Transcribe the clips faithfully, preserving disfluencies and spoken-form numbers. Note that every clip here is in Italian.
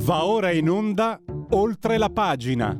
Va ora in onda Oltre la pagina.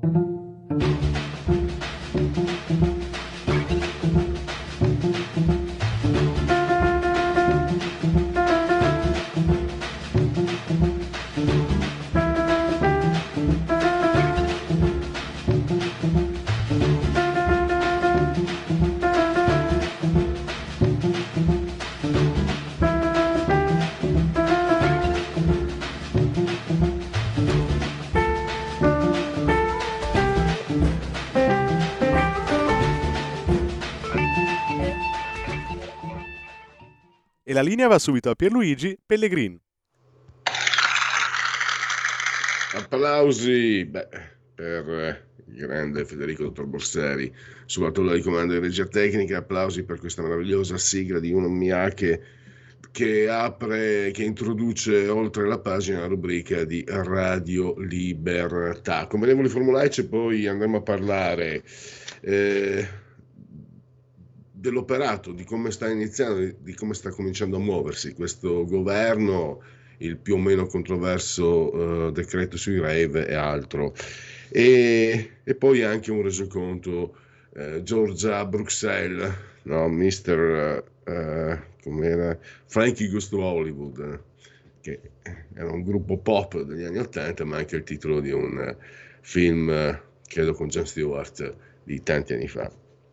E la linea va subito a Pierluigi Pellegrin. Applausi beh, per eh, il grande Federico Dottor Borseri, sulla tolla di comando di regia tecnica. Applausi per questa meravigliosa sigla di Uno Miyake che apre, che introduce oltre la pagina la rubrica di Radio Libertà. Convenevoli formulaici, poi andremo a parlare eh, dell'operato, di come sta iniziando, di, di come sta cominciando a muoversi questo governo, il più o meno controverso uh, decreto sui rave e altro, e, e poi anche un resoconto uh, Giorgia Bruxelles, no? mister uh, uh, com'era? Frankie Goes to Hollywood, eh, che era un gruppo pop degli anni ottanta, ma anche il titolo di un uh, film, uh, credo con Jon Stewart, di tanti anni fa.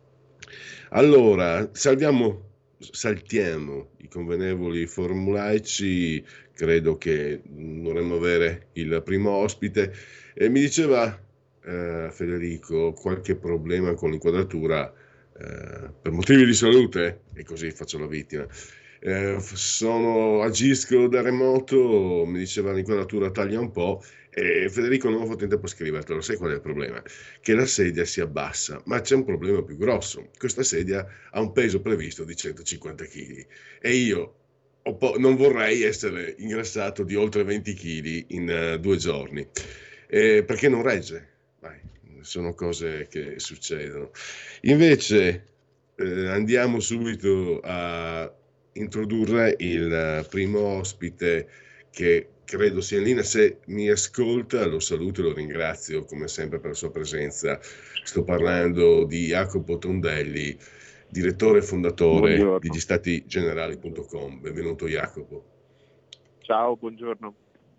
Allora, salviamo, saltiamo i convenevoli formulaici. Credo che dovremmo avere il primo ospite. E mi diceva eh, Federico qualche problema con l'inquadratura eh, per motivi di salute, e così faccio la vittima. Eh, sono, agisco da remoto, mi diceva l'inquadratura taglia un po', e Federico non ho fatto in tempo a scrivertelo. Sai qual è il problema? Che la sedia si abbassa, ma c'è un problema più grosso. Questa sedia ha un peso previsto di centocinquanta chili e io po- non vorrei essere ingrassato di oltre venti chili in uh, due giorni, eh, perché non regge. Vai, sono cose che succedono. Invece eh, andiamo subito a introdurre il primo ospite, che credo sia in linea. Se mi ascolta lo saluto e lo ringrazio come sempre per la sua presenza. Sto parlando di Jacopo Tondelli, direttore e fondatore Buongiorno. di gli stati generali punto com. Benvenuto Jacopo. Ciao, buongiorno.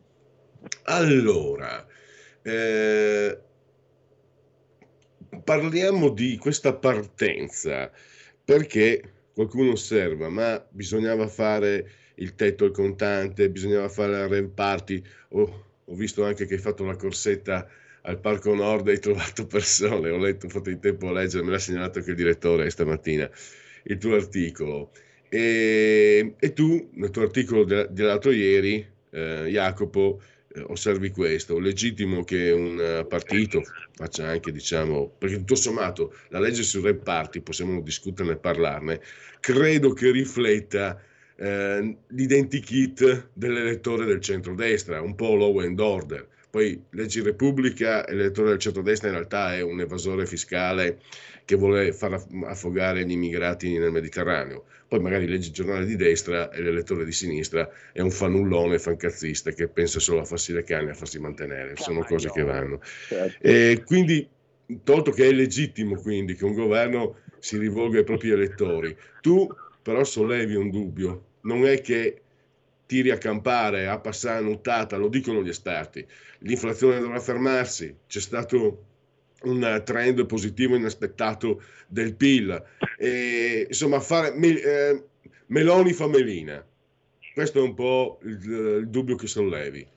Allora, eh, parliamo di questa partenza, perché qualcuno osserva, ma bisognava fare il tetto al contante, bisognava fare la rave party. Oh, ho visto anche che hai fatto la corsetta al Parco Nord, hai trovato persone, ho letto, ho fatto in tempo a leggere, me l'ha segnalato anche il direttore stamattina, il tuo articolo. E, e tu, nel tuo articolo de- dell'altro ieri, eh, Jacopo, eh, osservi questo: legittimo che un uh, partito faccia anche, diciamo, perché tutto sommato la legge sul rave party, possiamo discuterne e parlarne, credo che rifletta eh, l'identikit dell'elettore del centrodestra, un po' law and order. Poi leggi Repubblica e l'elettore del centrodestra in realtà è un evasore fiscale che vuole far affogare gli immigrati nel Mediterraneo. Poi magari leggi il giornale di destra e l'elettore di sinistra è un fanullone fancazzista che pensa solo a farsi le canne e a farsi mantenere. Sono cose che vanno. E quindi, tolto che è legittimo quindi che un governo si rivolga ai propri elettori, tu però sollevi un dubbio. Non è che tiri a campare, a passare nuotata, lo dicono gli esperti. L'inflazione dovrà fermarsi, c'è stato un trend positivo inaspettato del P I L, e, insomma, fare eh, Meloni fa melina. Questo è un po' il, il dubbio che sollevi.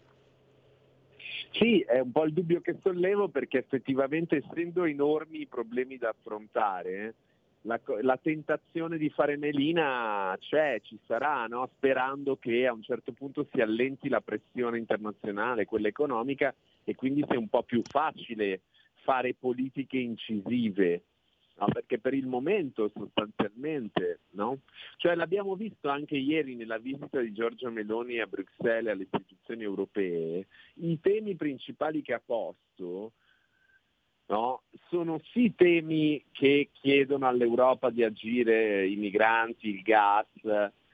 Sì, è un po' il dubbio che sollevo, perché effettivamente, essendo enormi i problemi da affrontare, la, la tentazione di fare melina c'è, ci sarà, no? Sperando che a un certo punto si allenti la pressione internazionale, quella economica, e quindi sia un po' più facile fare politiche incisive. No, perché per il momento sostanzialmente, no? Cioè, l'abbiamo visto anche ieri nella visita di Giorgia Meloni a Bruxelles alle istituzioni europee, i temi principali che ha posto, no, sono sì temi che chiedono all'Europa di agire, i migranti, il gas,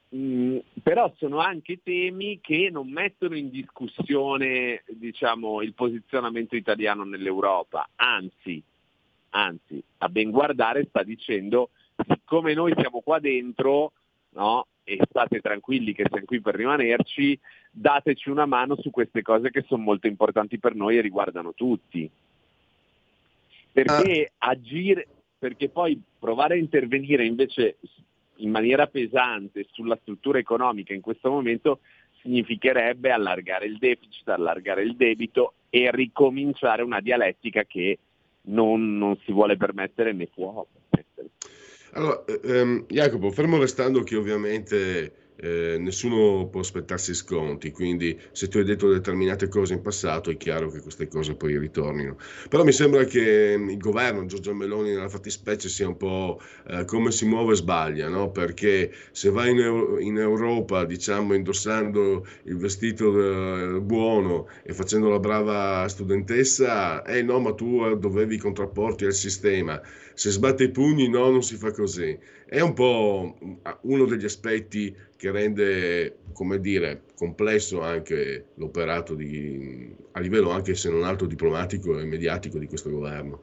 mh, però sono anche temi che non mettono in discussione, diciamo, il posizionamento italiano nell'Europa, anzi, anzi, a ben guardare sta dicendo, siccome noi siamo qua dentro, no, e state tranquilli che siamo qui per rimanerci, dateci una mano su queste cose che sono molto importanti per noi e riguardano tutti. Perché agire, perché poi provare a intervenire invece in maniera pesante sulla struttura economica in questo momento significherebbe allargare il deficit, allargare il debito e ricominciare una dialettica che non, non si vuole permettere né può permettere. Allora, ehm, Jacopo, fermo restando che ovviamente eh, nessuno può aspettarsi sconti, quindi se tu hai detto determinate cose in passato è chiaro che queste cose poi ritornino. Però mi sembra che mm, il governo, Giorgia Meloni nella fattispecie, sia un po' eh, come si muove sbaglia, no? Perché se vai in, Eu- in Europa, diciamo, indossando il vestito eh, buono e facendo la brava studentessa, eh no, ma tu eh, dovevi contrapporti al sistema. Se sbatte i pugni, no, non si fa così. È un po' uno degli aspetti che rende, come dire, complesso anche l'operato di, a livello anche se non altro diplomatico e mediatico di questo governo.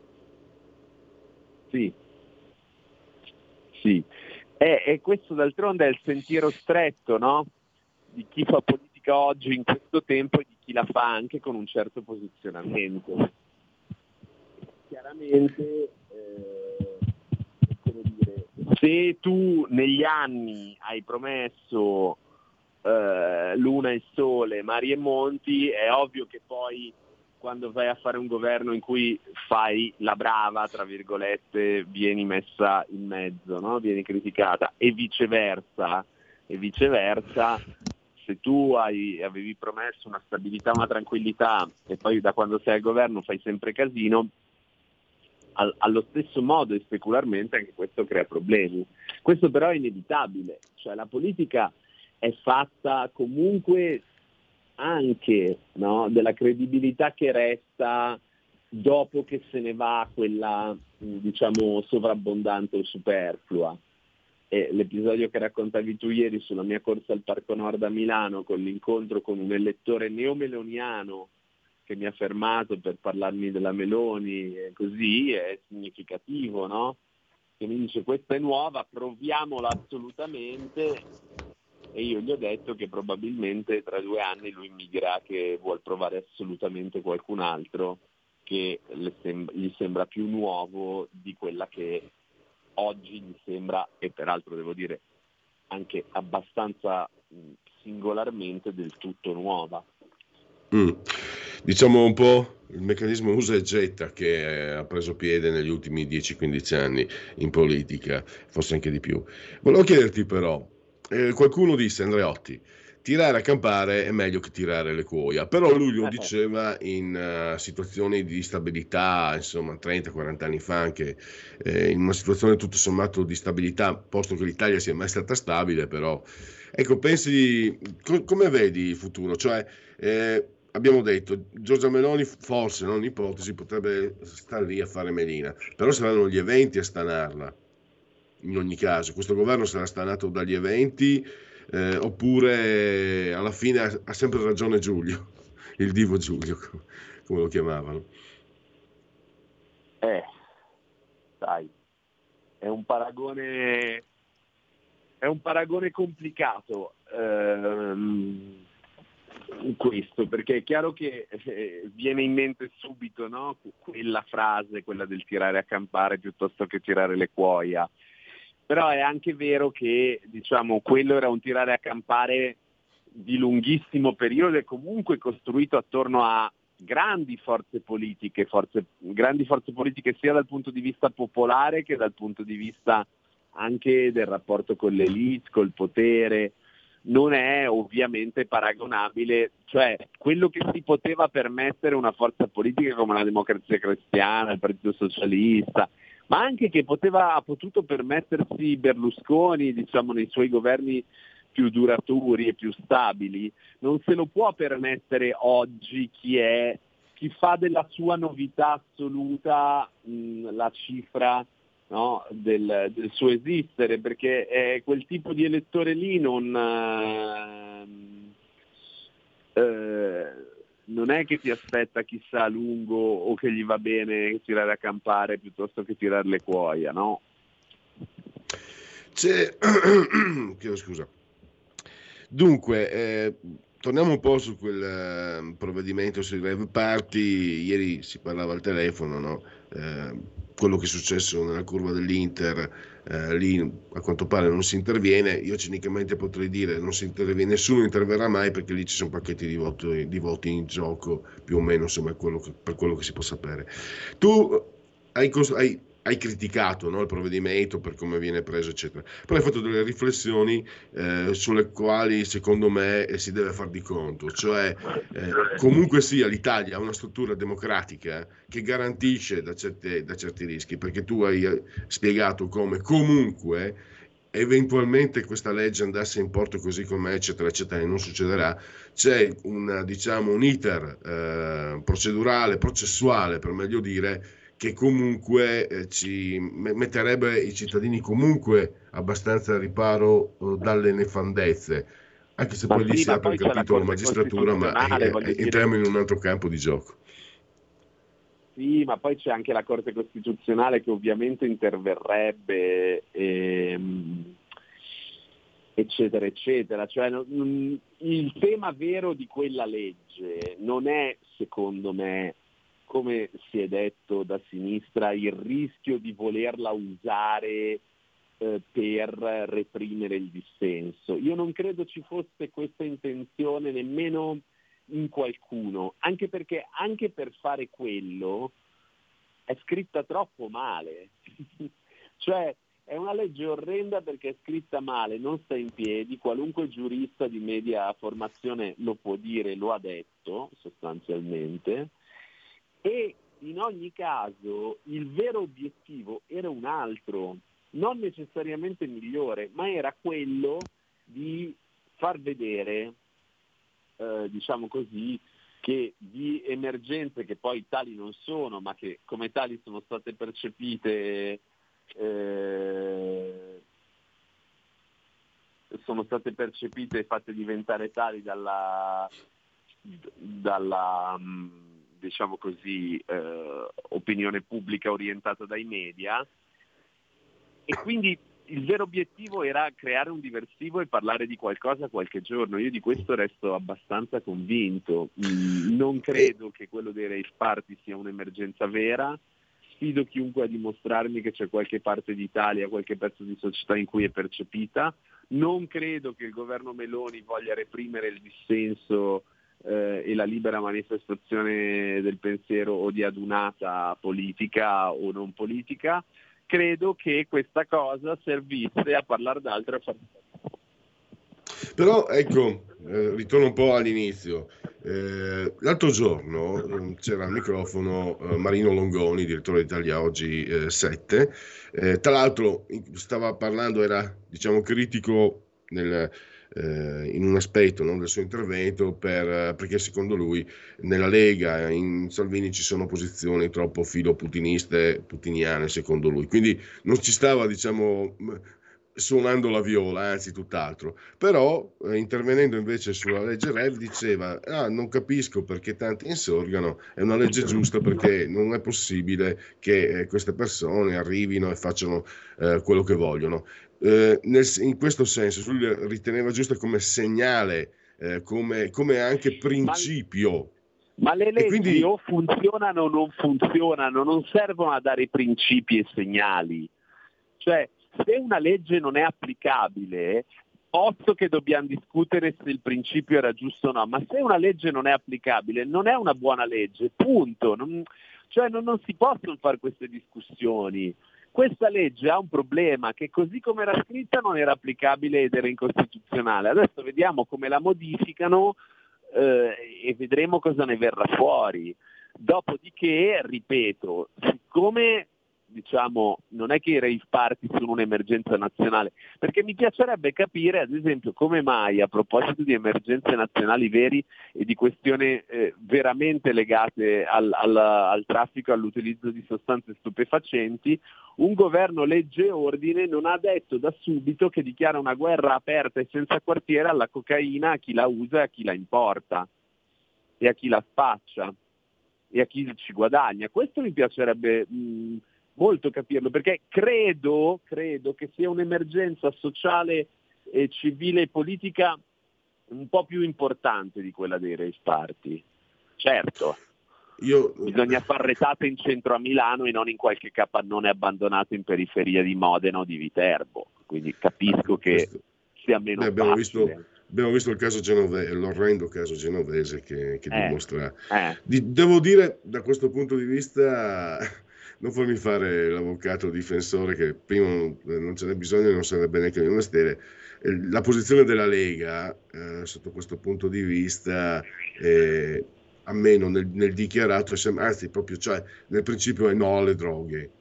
Sì, sì. E, e questo d'altronde è il sentiero stretto, no? Di chi fa politica oggi in questo tempo e di chi la fa anche con un certo posizionamento. Chiaramente, eh, come dire, se tu negli anni hai promesso eh, luna e sole, mari e monti, è ovvio che poi quando vai a fare un governo in cui fai la brava, tra virgolette, vieni messa in mezzo, no? Vieni criticata, e viceversa, e viceversa, se tu hai, avevi promesso una stabilità, una tranquillità e poi da quando sei al governo fai sempre casino, al, allo stesso modo e specularmente anche questo crea problemi. Questo però è inevitabile, cioè la politica è fatta comunque anche, no, della credibilità che resta dopo che se ne va quella, diciamo, sovrabbondante o superflua. E l'episodio che raccontavi tu ieri sulla mia corsa al Parco Nord a Milano, con l'incontro con un elettore neomeloniano che mi ha fermato per parlarmi della Meloni e così, è significativo, no? Che mi dice: questa è nuova, proviamola assolutamente. E io gli ho detto che probabilmente tra due anni lui mi dirà che vuol provare assolutamente qualcun altro che le sem- gli sembra più nuovo di quella che oggi gli sembra, e peraltro devo dire anche abbastanza mh, singolarmente del tutto nuova. Mm. Diciamo un po' il meccanismo usa e getta che ha preso piede negli ultimi dieci quindici anni in politica, forse anche di più. Volevo chiederti però, eh, qualcuno disse, Andreotti, tirare a campare è meglio che tirare le cuoia, però lui lo diceva in uh, situazioni di stabilità, insomma trenta quaranta anni fa, anche eh, in una situazione tutto sommato di stabilità, posto che l'Italia sia mai stata stabile, però ecco, pensi, co- come vedi il futuro? Cioè, eh, abbiamo detto, Giorgia Meloni forse, non ipotesi, potrebbe stare lì a fare melina, però saranno gli eventi a stanarla. In ogni caso, questo governo sarà stanato dagli eventi, eh, oppure alla fine ha, ha sempre ragione Giulio, il divo Giulio, come lo chiamavano. Eh, sai, è un paragone, è un paragone complicato. Ehm, questo, perché è chiaro che eh, viene in mente subito, no? Quella frase, quella del tirare a campare piuttosto che tirare le cuoia, però è anche vero che, diciamo, quello era un tirare a campare di lunghissimo periodo e comunque costruito attorno a grandi forze politiche, forze, grandi forze politiche sia dal punto di vista popolare che dal punto di vista anche del rapporto con l'elite, col potere. Non è ovviamente paragonabile, cioè quello che si poteva permettere una forza politica come la Democrazia Cristiana, il Partito Socialista, ma anche che poteva, ha potuto permettersi Berlusconi, diciamo, nei suoi governi più duraturi e più stabili, non se lo può permettere oggi chi è, chi fa della sua novità assoluta mh, la cifra no, del, del suo esistere, perché è quel tipo di elettore lì non, eh, non è che ti aspetta chissà a lungo o che gli va bene tirare a campare piuttosto che tirare le cuoia, no? C'è... Chiedo scusa. Dunque, eh, torniamo un po' su quel eh, provvedimento sui rave party. Ieri si parlava al telefono, no? Eh, quello che è successo nella curva dell'Inter, eh, lì a quanto pare non si interviene. Io cinicamente potrei dire non si interviene, nessuno interverrà mai perché lì ci sono pacchetti di voti, di voti in gioco, più o meno, insomma, quello che, per quello che si può sapere. Tu hai, cos- hai hai criticato, no, il provvedimento per come viene preso, eccetera, però hai fatto delle riflessioni eh, sulle quali secondo me eh, si deve far di conto, cioè eh, comunque sia l'Italia ha una struttura democratica che garantisce da, certe, da certi rischi, perché tu hai eh, spiegato come comunque eventualmente questa legge andasse in porto così com'è, eccetera, eccetera, e non succederà, c'è una, diciamo, un iter eh, procedurale, processuale, per meglio dire, che comunque eh, ci metterebbe i cittadini comunque abbastanza a riparo eh, dalle nefandezze, anche se ma poi lì sì, si ma apre poi il c'è la capitolo Corte magistratura, ma Costituzionale, eh, voglio eh, dire. entriamo in un altro campo di gioco. Sì, ma poi c'è anche la Corte Costituzionale che ovviamente interverrebbe, ehm, eccetera, eccetera. Cioè, non, il tema vero di quella legge non è, secondo me, come si è detto da sinistra, il rischio di volerla usare eh, per reprimere il dissenso. Io non credo ci fosse questa intenzione nemmeno in qualcuno, anche perché anche per fare quello è scritta troppo male. Cioè è una legge orrenda perché è scritta male, non sta in piedi, qualunque giurista di media formazione lo può dire, lo ha detto sostanzialmente, e in ogni caso il vero obiettivo era un altro, non necessariamente migliore, ma era quello di far vedere, eh, diciamo così, che di emergenze che poi tali non sono, ma che come tali sono state percepite eh, sono state percepite e fatte diventare tali dalla dalla diciamo così eh, opinione pubblica orientata dai media, e quindi il vero obiettivo era creare un diversivo e parlare di qualcosa qualche giorno. Io di questo resto abbastanza convinto. Mm, non credo che quello dei rave party sia un'emergenza vera. Sfido chiunque a dimostrarmi che c'è qualche parte d'Italia, qualche pezzo di società in cui è percepita. Non credo che il governo Meloni voglia reprimere il dissenso eh, e la libera manifestazione del pensiero o di adunata politica o non politica. Credo che questa cosa servisse a parlare d'altro. Però ecco, eh, ritorno un po' all'inizio. Eh, l'altro giorno eh, c'era al microfono eh, Marino Longoni, direttore d'Italia Oggi eh, sette. Eh, tra l'altro stava parlando, era diciamo critico nel, eh, in un aspetto, no, del suo intervento per, perché secondo lui nella Lega, in Salvini ci sono posizioni troppo filo-putiniste, putiniane secondo lui. Quindi non ci stava, diciamo, suonando la viola, anzi tutt'altro. Però eh, intervenendo invece sulla legge Rev diceva ah, non capisco perché tanti insorgano, è una legge giusta perché non è possibile che eh, queste persone arrivino e facciano eh, quello che vogliono. Eh, nel, in questo senso lui riteneva giusta come segnale, eh, come, come anche principio. Ma, ma le leggi quindi... o funzionano o non funzionano, non servono a dare principi e segnali. Cioè, se una legge non è applicabile, posso che dobbiamo discutere se il principio era giusto o no, ma se una legge non è applicabile, non è una buona legge, punto. Non, cioè non, non si possono fare queste discussioni. Questa legge ha un problema, che così come era scritta non era applicabile ed era incostituzionale. Adesso vediamo come la modificano eh, e vedremo cosa ne verrà fuori. Dopodiché, ripeto, siccome diciamo, non è che i rave party sono un'emergenza nazionale, perché mi piacerebbe capire, ad esempio, come mai, a proposito di emergenze nazionali veri e di questioni eh, veramente legate al, al, al traffico e all'utilizzo di sostanze stupefacenti, un governo legge e ordine non ha detto da subito che dichiara una guerra aperta e senza quartiere alla cocaina, a chi la usa e a chi la importa e a chi la spaccia e a chi ci guadagna. Questo mi piacerebbe mh, molto capirlo, perché credo, credo che sia un'emergenza sociale, e civile e politica un po' più importante di quella dei rave party. Certo, Io... bisogna far retate in centro a Milano e non in qualche capannone abbandonato in periferia di Modena o di Viterbo, quindi capisco che Questo... sia meno Beh, abbiamo facile. Visto... Abbiamo visto il caso genovese, l'orrendo caso genovese che, che eh, dimostra... Eh. Di, devo dire, da questo punto di vista, non farmi fare l'avvocato difensore, che prima non ce n'è bisogno e non sarebbe neanche il mestiere. La posizione della Lega, eh, sotto questo punto di vista, eh, almeno nel, nel dichiarato, anzi proprio, cioè, nel principio è no alle droghe.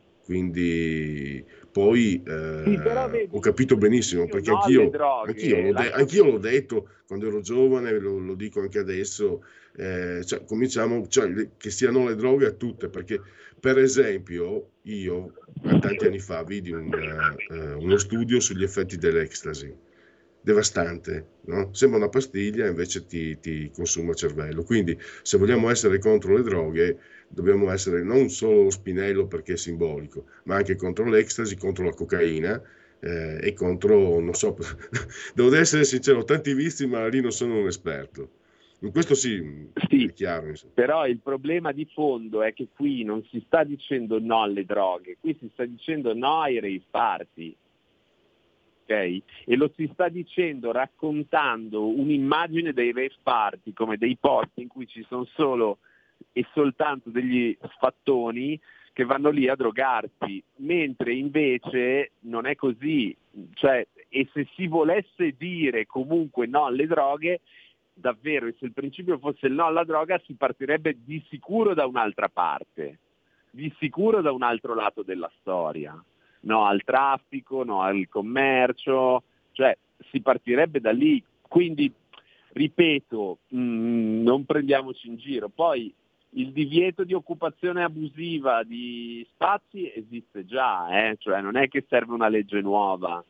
Quindi poi eh, sì, però vedi, ho capito benissimo, perché no anch'io, droghe, anch'io, l'ho de- anch'io l'ho detto quando ero giovane, lo, lo dico anche adesso, eh, cioè, cominciamo, cioè, che siano le droghe a tutte, perché per esempio io tanti anni fa vidi un, uh, uno studio sugli effetti dell'ecstasy, devastante, no? Sembra una pastiglia, invece ti, ti consuma il cervello. Quindi se vogliamo essere contro le droghe dobbiamo essere non solo lo spinello perché è simbolico, ma anche contro l'ecstasy, contro la cocaina eh, e contro, non so, devo essere sincero, tanti vizi, ma lì non sono un esperto. In questo sì, sì, è chiaro. Insomma. Però il problema di fondo è che qui non si sta dicendo no alle droghe, qui si sta dicendo no ai rave party. Okay? E lo si sta dicendo raccontando un'immagine dei rave party come dei posti in cui ci sono solo e soltanto degli sfattoni che vanno lì a drogarsi, mentre invece non è così, cioè, e se si volesse dire comunque no alle droghe, davvero, e se il principio fosse il no alla droga, si partirebbe di sicuro da un'altra parte, di sicuro da un altro lato della storia. No al traffico, no al commercio, cioè si partirebbe da lì. Quindi, ripeto, mh, non prendiamoci in giro. Poi il divieto di occupazione abusiva di spazi esiste già, eh? Cioè non è che serve una legge nuova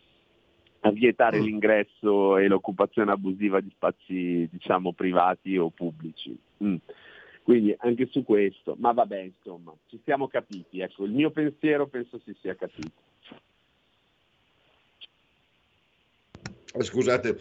a vietare l'ingresso e l'occupazione abusiva di spazi, diciamo, privati o pubblici. Mm. Quindi anche su questo, ma vabbè, insomma, ci siamo capiti, ecco, il mio pensiero penso si sia capito. Scusate,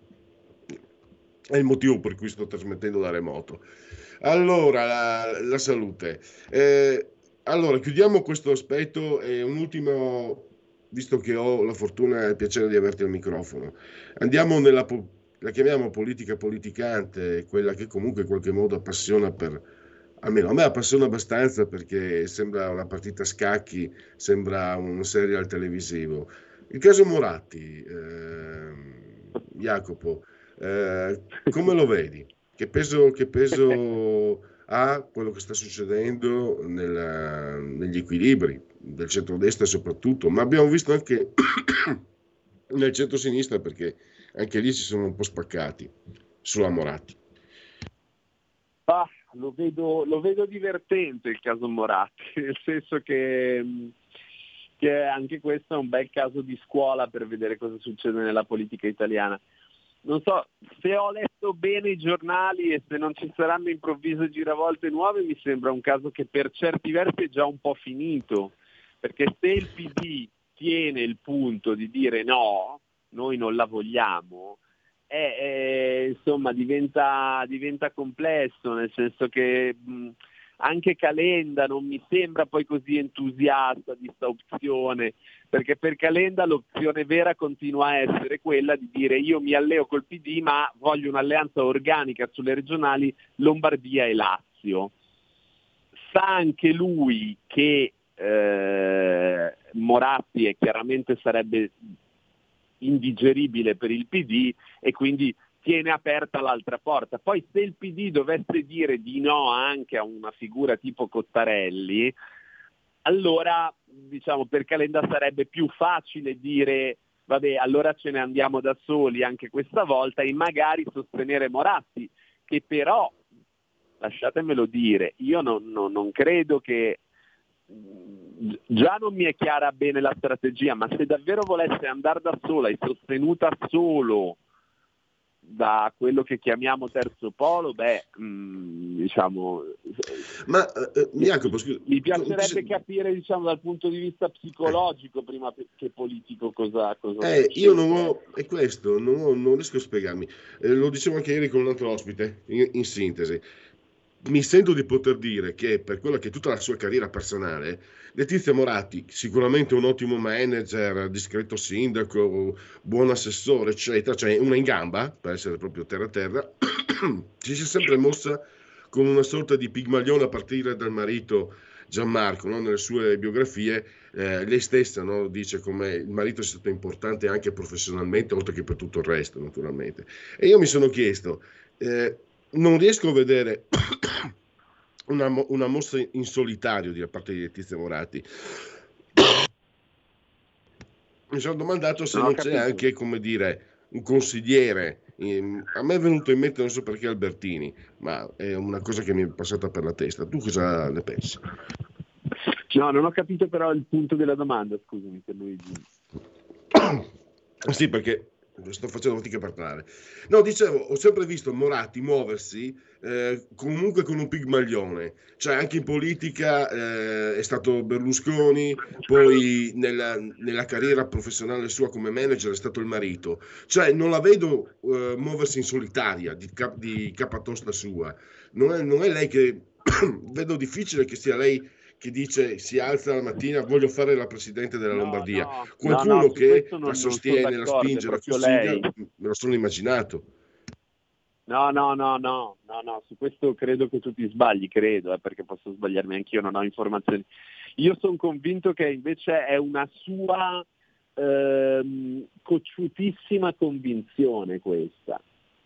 è il motivo per cui sto trasmettendo da remoto. Allora, la, la salute. Eh, allora, chiudiamo questo aspetto e un ultimo, visto che ho la fortuna e il piacere di averti al microfono. Andiamo nella, la chiamiamo politica politicante, quella che comunque in qualche modo appassiona per, almeno a me appassiona abbastanza perché sembra una partita a scacchi, sembra un serial televisivo. Il caso Moratti, eh, Jacopo, eh, come lo vedi? Che peso, che peso ha quello che sta succedendo nella, negli equilibri del centrodestra soprattutto, ma abbiamo visto anche nel centro-sinistra, perché anche lì si sono un po' spaccati sulla Moratti. Ah, lo vedo, lo vedo divertente il caso Moratti, nel senso che, che anche questo è un bel caso di scuola per vedere cosa succede nella politica italiana. Non so, se ho letto bene i giornali e se non ci saranno improvvise giravolte nuove, mi sembra un caso che per certi versi è già un po' finito, perché se il P D tiene il punto di dire no, noi non la vogliamo, eh, eh, insomma diventa, diventa complesso, nel senso che mh, anche Calenda non mi sembra poi così entusiasta di sta opzione, perché per Calenda l'opzione vera continua a essere quella di dire io mi alleo col P D ma voglio un'alleanza organica sulle regionali Lombardia e Lazio. Sa anche lui che eh, Moratti è chiaramente sarebbe indigeribile per il P D e quindi tiene aperta l'altra porta. Poi se il P D dovesse dire di no anche a una figura tipo Cottarelli, allora diciamo per Calenda sarebbe più facile dire vabbè, allora ce ne andiamo da soli anche questa volta e magari sostenere Moratti, che però, lasciatemelo dire, io non, non, non credo che, già non mi è chiara bene la strategia, ma se davvero volesse andare da sola e sostenuta solo da quello che chiamiamo terzo polo, beh, mh, diciamo, ma eh, Jacopo, scusa, mi piacerebbe se... capire, diciamo, dal punto di vista psicologico prima che politico cosa, cosa eh, io non succede. ho, è questo, non, ho, non riesco a spiegarmi. Eh, lo dicevo anche ieri con un altro ospite, in, in sintesi. Mi sento di poter dire che per quella che è tutta la sua carriera personale, Letizia Moratti, sicuramente un ottimo manager, discreto sindaco, buon assessore, eccetera, cioè una in gamba, per essere proprio terra a terra, ci si è sempre mossa con una sorta di pigmalione a partire dal marito Gianmarco, no? Nelle sue biografie eh, lei stessa, no? Dice come il marito è stato importante anche professionalmente, oltre che per tutto il resto, naturalmente. E io mi sono chiesto, eh, non riesco a vedere una, una mossa in solitario da parte di Letizia Moratti. Mi sono domandato se Non ho non c'è capito. anche, come dire, un consigliere. A me è venuto in mente, non so perché, Albertini, ma è una cosa che mi è passata per la testa. Tu cosa ne pensi? No, non ho capito però il punto della domanda, scusami se lui... Sì, perché sto facendo fatica a parlare. No, dicevo, ho sempre visto Moratti muoversi eh, comunque con un pigmaglione, cioè anche in politica eh, è stato Berlusconi, poi nella, nella carriera professionale sua come manager è stato il marito, cioè non la vedo eh, muoversi in solitaria, di, cap, di capatosta sua, non è, non è lei che, vedo difficile che sia lei che dice si alza la mattina voglio fare la presidente della No, Lombardia, no, qualcuno no, no, su che questo la non, non sono sostiene, la d'accordo, è spinge, la proprio consiglia, lei. me lo sono immaginato. No, no, no, no, no, no, su questo credo che tu ti sbagli, credo, eh, perché posso sbagliarmi anch'io, non ho informazioni. Io sono convinto che invece è una sua ehm, cocciutissima convinzione questa.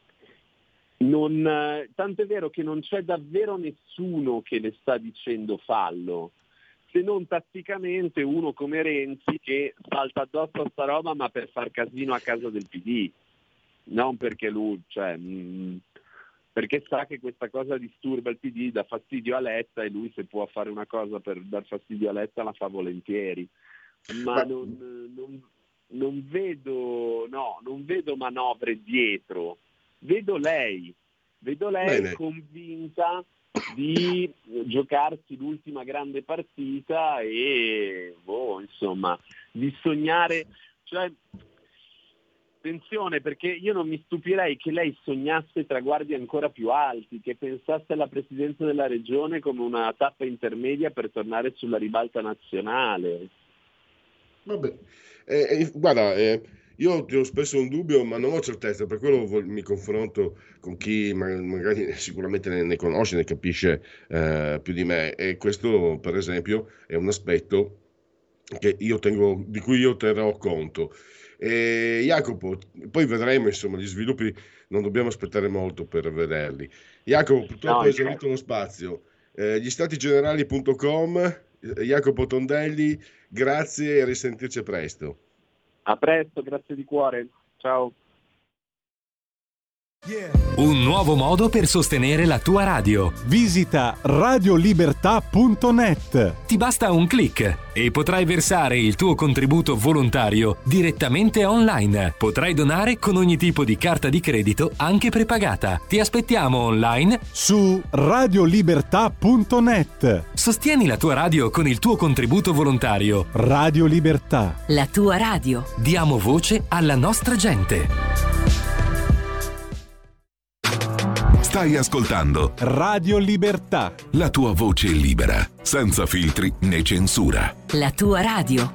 Non, eh, tanto è vero che non c'è davvero nessuno che le sta dicendo fallo, se non tatticamente uno come Renzi che salta addosso a sta roba ma per far casino a casa del P D, non perché lui, cioè, mh, perché sa che questa cosa disturba il P D, dà fastidio a Letta e lui se può fare una cosa per dar fastidio a Letta la fa volentieri, ma, Ma non, non, non vedo, no, non vedo manovre dietro. Vedo lei, vedo lei bene, convinta di giocarsi l'ultima grande partita e boh, insomma, di sognare, cioè attenzione perché io non mi stupirei che lei sognasse traguardi ancora più alti, che pensasse alla presidenza della regione come una tappa intermedia per tornare sulla ribalta nazionale. vabbè. Eh, eh, guarda, eh, io ti ho spesso un dubbio, ma non ho certezza, per quello vol- mi confronto con chi ma- magari sicuramente ne, ne conosce, ne capisce eh, più di me. E questo, per esempio, è un aspetto che io tengo, di cui io terrò conto. E, Jacopo, poi vedremo, insomma, gli sviluppi non dobbiamo aspettare molto per vederli. Jacopo, purtroppo No, hai infatti. esaurito lo spazio. Eh, gli stati generali punto com, eh, Jacopo Tondelli, grazie e a risentirci presto. A presto, grazie di cuore. Ciao. Un nuovo modo per sostenere la tua radio. Visita radiolibertà punto net. Ti basta un click e potrai versare il tuo contributo volontario direttamente online. Potrai donare con ogni tipo di carta di credito, anche prepagata. Ti aspettiamo online Su radiolibertà punto net. Sostieni la tua radio con il tuo contributo volontario. Radio Libertà. La tua radio. Diamo voce alla nostra gente. Stai ascoltando Radio Libertà. la tua voce libera, senza filtri né censura. La tua radio.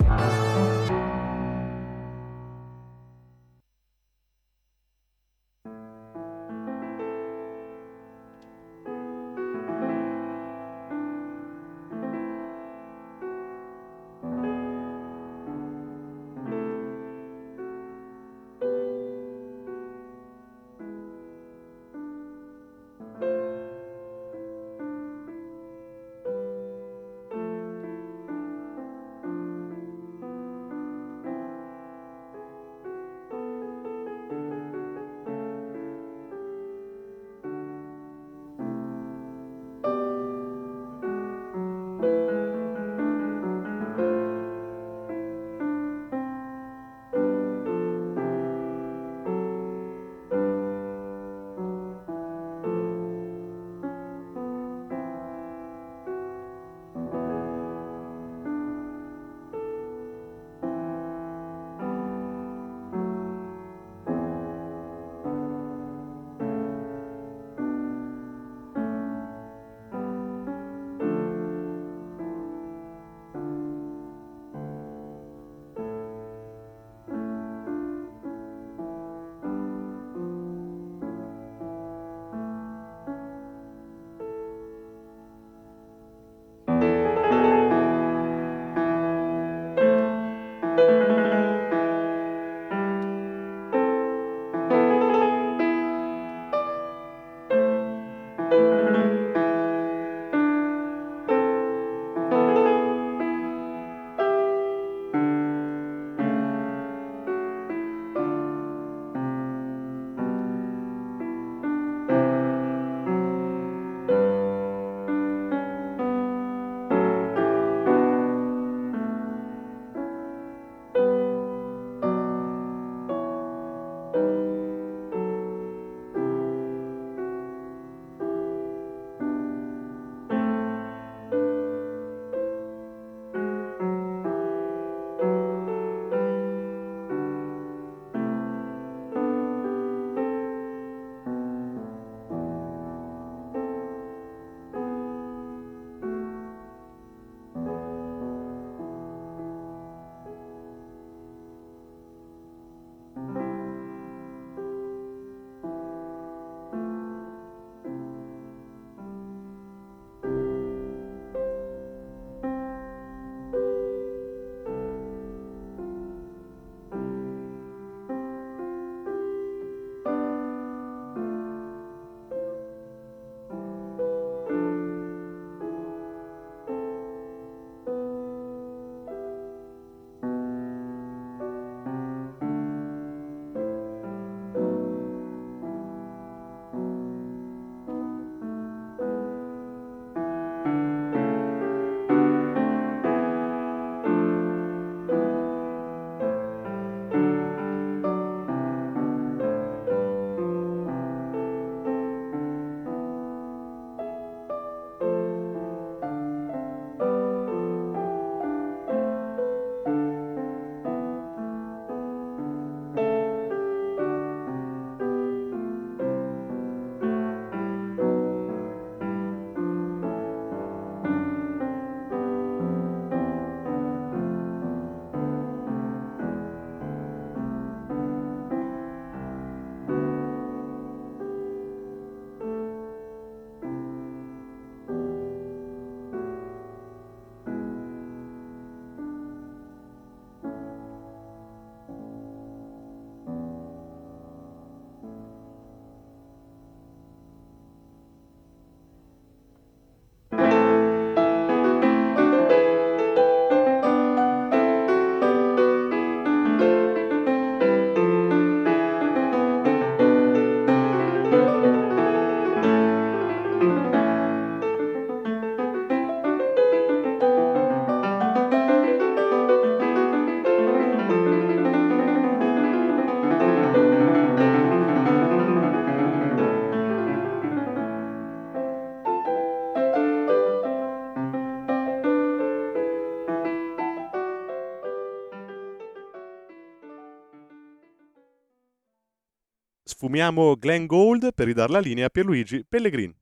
sfumiamo Glenn Gould per ridare la linea a Pierluigi Pellegrin.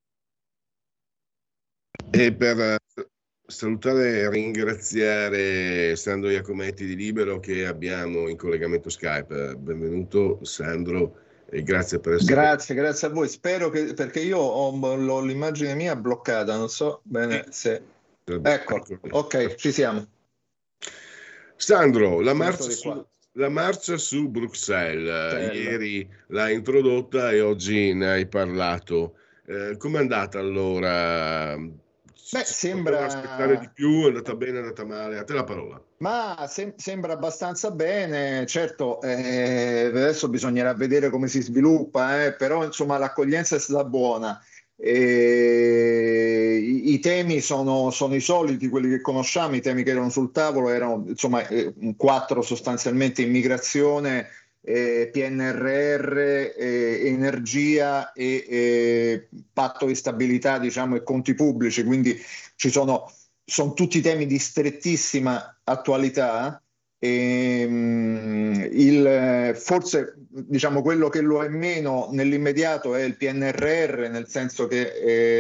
E per salutare e ringraziare Sandro Iacometti di Libero che abbiamo in collegamento Skype. Benvenuto Sandro e grazie per essere Grazie, grazie a voi. Spero che, perché io ho, ho l'immagine mia bloccata, non so bene se... Ecco, ok, ci siamo. Sandro, la marcia su, la marcia su Bruxelles, Bella. Ieri l'hai introdotta e oggi ne hai parlato. Eh, com'è andata allora? Beh, sembra aspettare di più, è andata bene, è andata male, a te la parola. Ma se- sembra abbastanza bene, certo, eh, adesso bisognerà vedere come si sviluppa, eh, però insomma l'accoglienza è stata buona. E i, i temi sono, sono i soliti, quelli che conosciamo, i temi che erano sul tavolo erano insomma eh, quattro sostanzialmente: immigrazione, eh, P N R R, eh, energia e eh, patto di stabilità, diciamo, e conti pubblici, quindi ci sono, sono tutti temi di strettissima attualità. E, mh, il, forse diciamo quello che lo è meno nell'immediato è il P N R R, nel senso che eh,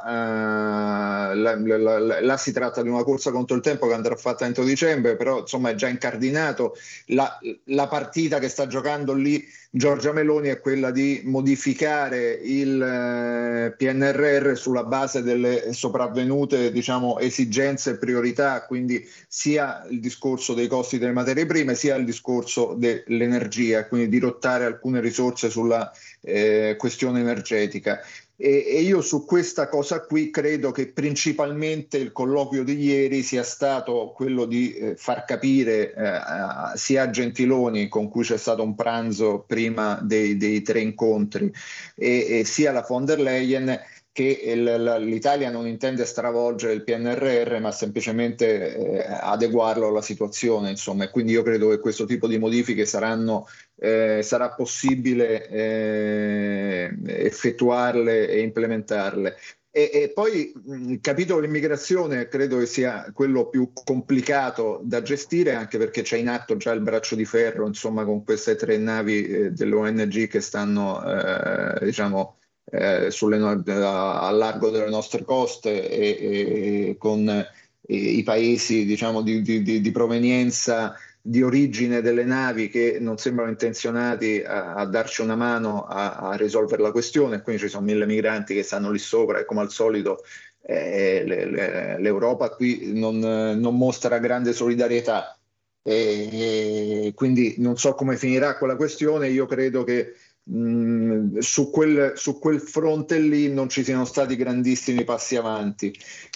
la, uh, la, la, la, là si tratta di una corsa contro il tempo che andrà fatta entro dicembre, però insomma è già incardinato. La, la partita che sta giocando lì Giorgia Meloni è quella di modificare il eh, P N R R sulla base delle sopravvenute, diciamo, esigenze e priorità, quindi sia il discorso dei costi delle materie prime sia il discorso dell'energia, quindi dirottare alcune risorse sulla eh, questione energetica. E, e io su questa cosa qui credo che principalmente il colloquio di ieri sia stato quello di eh, far capire eh, sia a Gentiloni, con cui c'è stato un pranzo prima dei, dei tre incontri, e, e sia alla von der Leyen, che il, l'Italia non intende stravolgere il P N R R, ma semplicemente eh, adeguarlo alla situazione, insomma. E quindi io credo che questo tipo di modifiche saranno, eh, sarà possibile eh, effettuarle e implementarle. E, e poi il capitolo dell'immigrazione credo che sia quello più complicato da gestire, anche perché c'è in atto già il braccio di ferro, insomma, con queste tre navi eh, dell'O N G che stanno, eh, diciamo, Eh, sulle, a, a largo delle nostre coste e, e con e, i paesi, diciamo, di, di, di provenienza, di origine delle navi, che non sembrano intenzionati a, a darci una mano a, a risolvere la questione. Quindi ci sono mille migranti che stanno lì sopra e, come al solito, eh, le, le, l'Europa qui non, non mostra grande solidarietà, e, e quindi non so come finirà quella questione. Io credo che Mm, su, quel, su quel fronte lì non ci siano stati grandissimi passi avanti.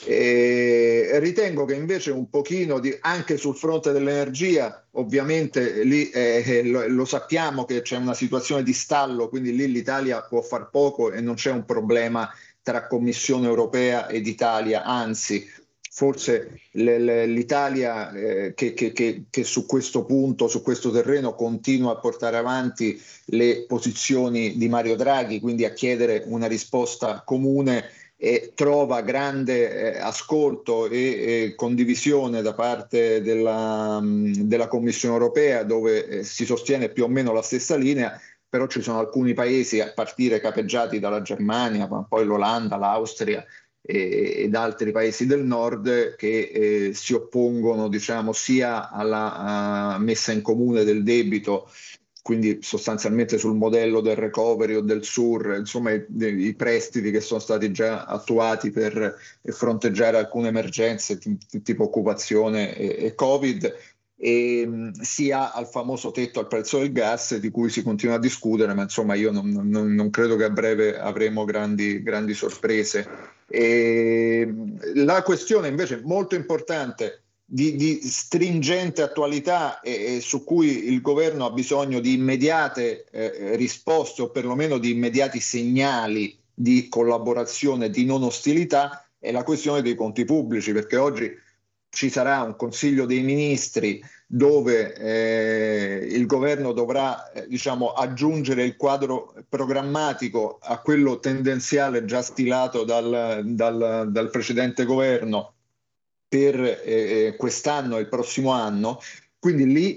E ritengo che invece un pochino di, anche sul fronte dell'energia, ovviamente lì eh, lo, lo sappiamo che c'è una situazione di stallo, quindi lì l'Italia può far poco e non c'è un problema tra Commissione europea ed Italia, anzi forse l'Italia eh, che, che, che, che su questo punto, su questo terreno, continua a portare avanti le posizioni di Mario Draghi, quindi a chiedere una risposta comune, e trova grande eh, ascolto e, e condivisione da parte della, della Commissione europea, dove eh, si sostiene più o meno la stessa linea. Però ci sono alcuni paesi, a partire capeggiati dalla Germania, ma poi l'Olanda, l'Austria ed altri paesi del nord, che eh, si oppongono, diciamo, sia alla messa in comune del debito, quindi sostanzialmente sul modello del recovery o del S U R, insomma i, i prestiti che sono stati già attuati per fronteggiare alcune emergenze t- tipo occupazione e, e Covid, e mh, sia al famoso tetto al prezzo del gas, di cui si continua a discutere, ma insomma io non, non, non credo che a breve avremo grandi, grandi sorprese. E la questione invece molto importante di, di stringente attualità, e, e su cui il governo ha bisogno di immediate eh, risposte, o perlomeno di immediati segnali di collaborazione, di non ostilità, è la questione dei conti pubblici, perché oggi ci sarà un Consiglio dei Ministri dove eh, il governo dovrà eh, diciamo, aggiungere il quadro programmatico a quello tendenziale già stilato dal, dal, dal precedente governo per eh, quest'anno e il prossimo anno. Quindi lì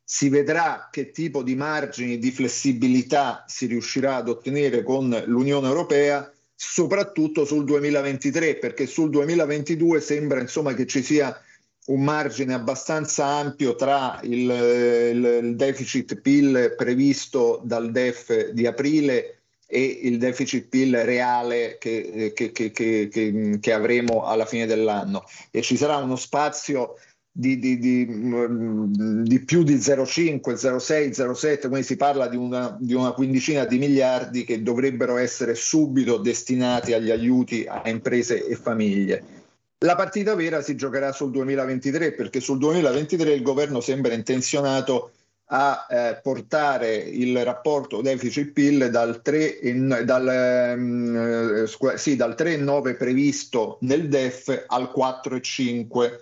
si vedrà che tipo di margini di flessibilità si riuscirà ad ottenere con l'Unione Europea, soprattutto sul duemilaventitré, perché sul duemilaventidue sembra insomma che ci sia un margine abbastanza ampio tra il, il, il deficit P I L previsto dal D E F di aprile e il deficit P I L reale che, che, che, che, che, che avremo alla fine dell'anno, e ci sarà uno spazio di, di, di, di più di zero virgola cinque, zero virgola sei, zero virgola sette, quindi si parla di una, di una quindicina di miliardi che dovrebbero essere subito destinati agli aiuti a imprese e famiglie. La partita vera si giocherà sul duemilaventitré, perché sul duemilaventitré il governo sembra intenzionato a eh, portare il rapporto deficit P I L dal tre virgola nove previsto nel D E F al quattro virgola cinque,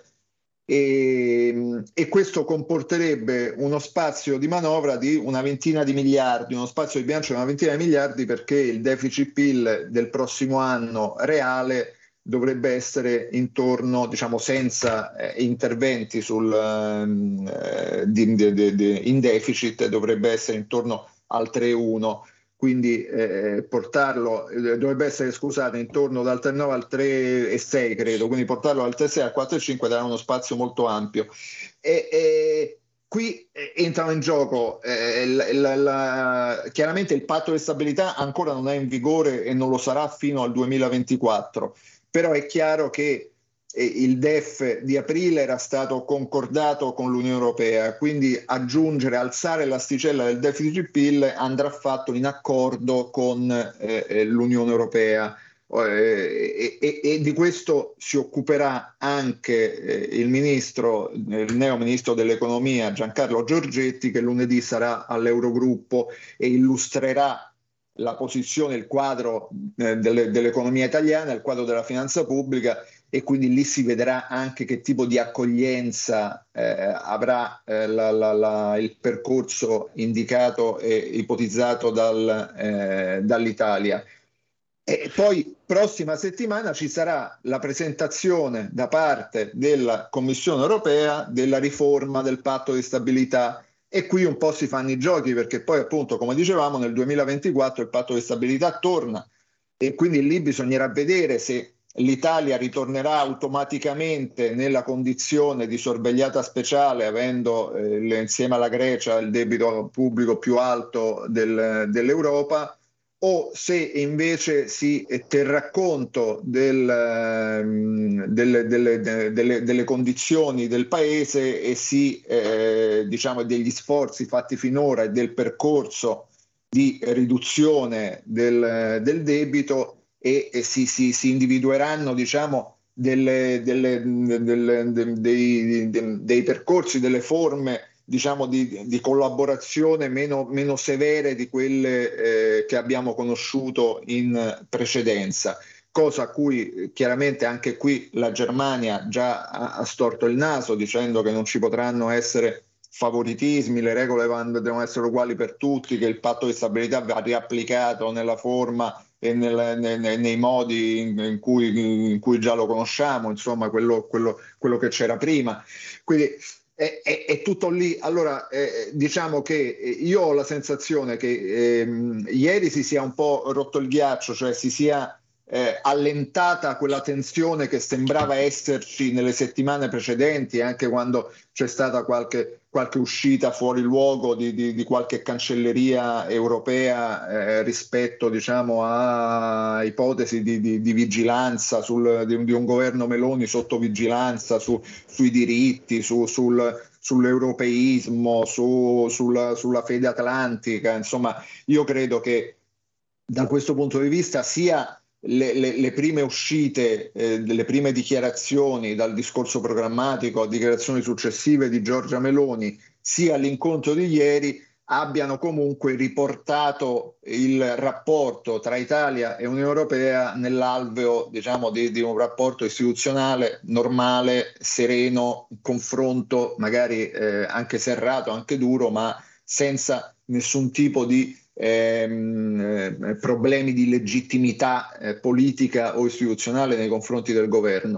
e, e questo comporterebbe uno spazio di manovra di una ventina di miliardi, uno spazio di bilancio di una ventina di miliardi, perché il deficit P I L del prossimo anno reale dovrebbe essere intorno, diciamo senza eh, interventi sul, eh, di, di, di, in deficit, dovrebbe essere intorno al tre virgola uno, quindi eh, portarlo, eh, dovrebbe essere, scusate, intorno dal tre virgola nove al tre virgola sei credo, quindi portarlo dal tre virgola sei al quattro virgola cinque darà uno spazio molto ampio. E, e qui eh, entrano in gioco, eh, la, la, la, chiaramente il patto di stabilità ancora non è in vigore e non lo sarà fino al duemilaventiquattro, però è chiaro che eh, il D E F di aprile era stato concordato con l'Unione Europea, quindi aggiungere, alzare l'asticella del deficit P I L andrà fatto in accordo con eh, l'Unione Europea, eh, e, e, e di questo si occuperà anche eh, il ministro, il neo ministro dell'economia Giancarlo Giorgetti, che lunedì sarà all'Eurogruppo e illustrerà la posizione, il quadro eh, delle, dell'economia italiana, il quadro della finanza pubblica, e quindi lì si vedrà anche che tipo di accoglienza eh, avrà eh, la, la, la, il percorso indicato e ipotizzato dal, eh, dall'Italia. E poi prossima settimana ci sarà la presentazione da parte della Commissione Europea della riforma del patto di stabilità. E qui un po' si fanno i giochi, perché poi appunto, come dicevamo, nel duemilaventiquattro il patto di stabilità torna, e quindi lì bisognerà vedere se l'Italia ritornerà automaticamente nella condizione di sorvegliata speciale, avendo eh, insieme alla Grecia il debito pubblico più alto del, dell'Europa, o se invece si terrà conto del, delle, delle, delle, delle condizioni del paese e si, eh, diciamo, degli sforzi fatti finora e del percorso di riduzione del, del debito, e, e si, si, si individueranno, diciamo, delle, delle, delle, de, dei, de, dei percorsi, delle forme, diciamo, di, di collaborazione meno, meno severe di quelle eh, che abbiamo conosciuto in precedenza, cosa a cui chiaramente anche qui la Germania già ha, ha storto il naso, dicendo che non ci potranno essere favoritismi, le regole vanno, devono essere uguali per tutti, che il patto di stabilità va riapplicato nella forma e nel, nei, nei modi in, in, cui, in cui già lo conosciamo, insomma quello, quello, quello che c'era prima. Quindi È, è, è tutto lì. Allora, eh, diciamo che io ho la sensazione che ehm, ieri si sia un po' rotto il ghiaccio, cioè si sia eh, allentata quella tensione che sembrava esserci nelle settimane precedenti, anche quando c'è stata qualche, qualche uscita fuori luogo di, di, di qualche cancelleria europea eh, rispetto, diciamo, a ipotesi di, di, di vigilanza sul, di, di un governo Meloni sotto vigilanza su, sui diritti, su, sul, sull'europeismo, su, sulla, sulla fede atlantica. Insomma, io credo che da questo punto di vista sia Le, le, le prime uscite, eh, le prime dichiarazioni dal discorso programmatico a dichiarazioni successive di Giorgia Meloni, sia l'incontro di ieri, abbiano comunque riportato il rapporto tra Italia e Unione Europea nell'alveo, diciamo, di, di un rapporto istituzionale normale, sereno, confronto magari eh, anche serrato, anche duro, ma senza nessun tipo di Ehm, problemi di legittimità eh, politica o istituzionale nei confronti del governo.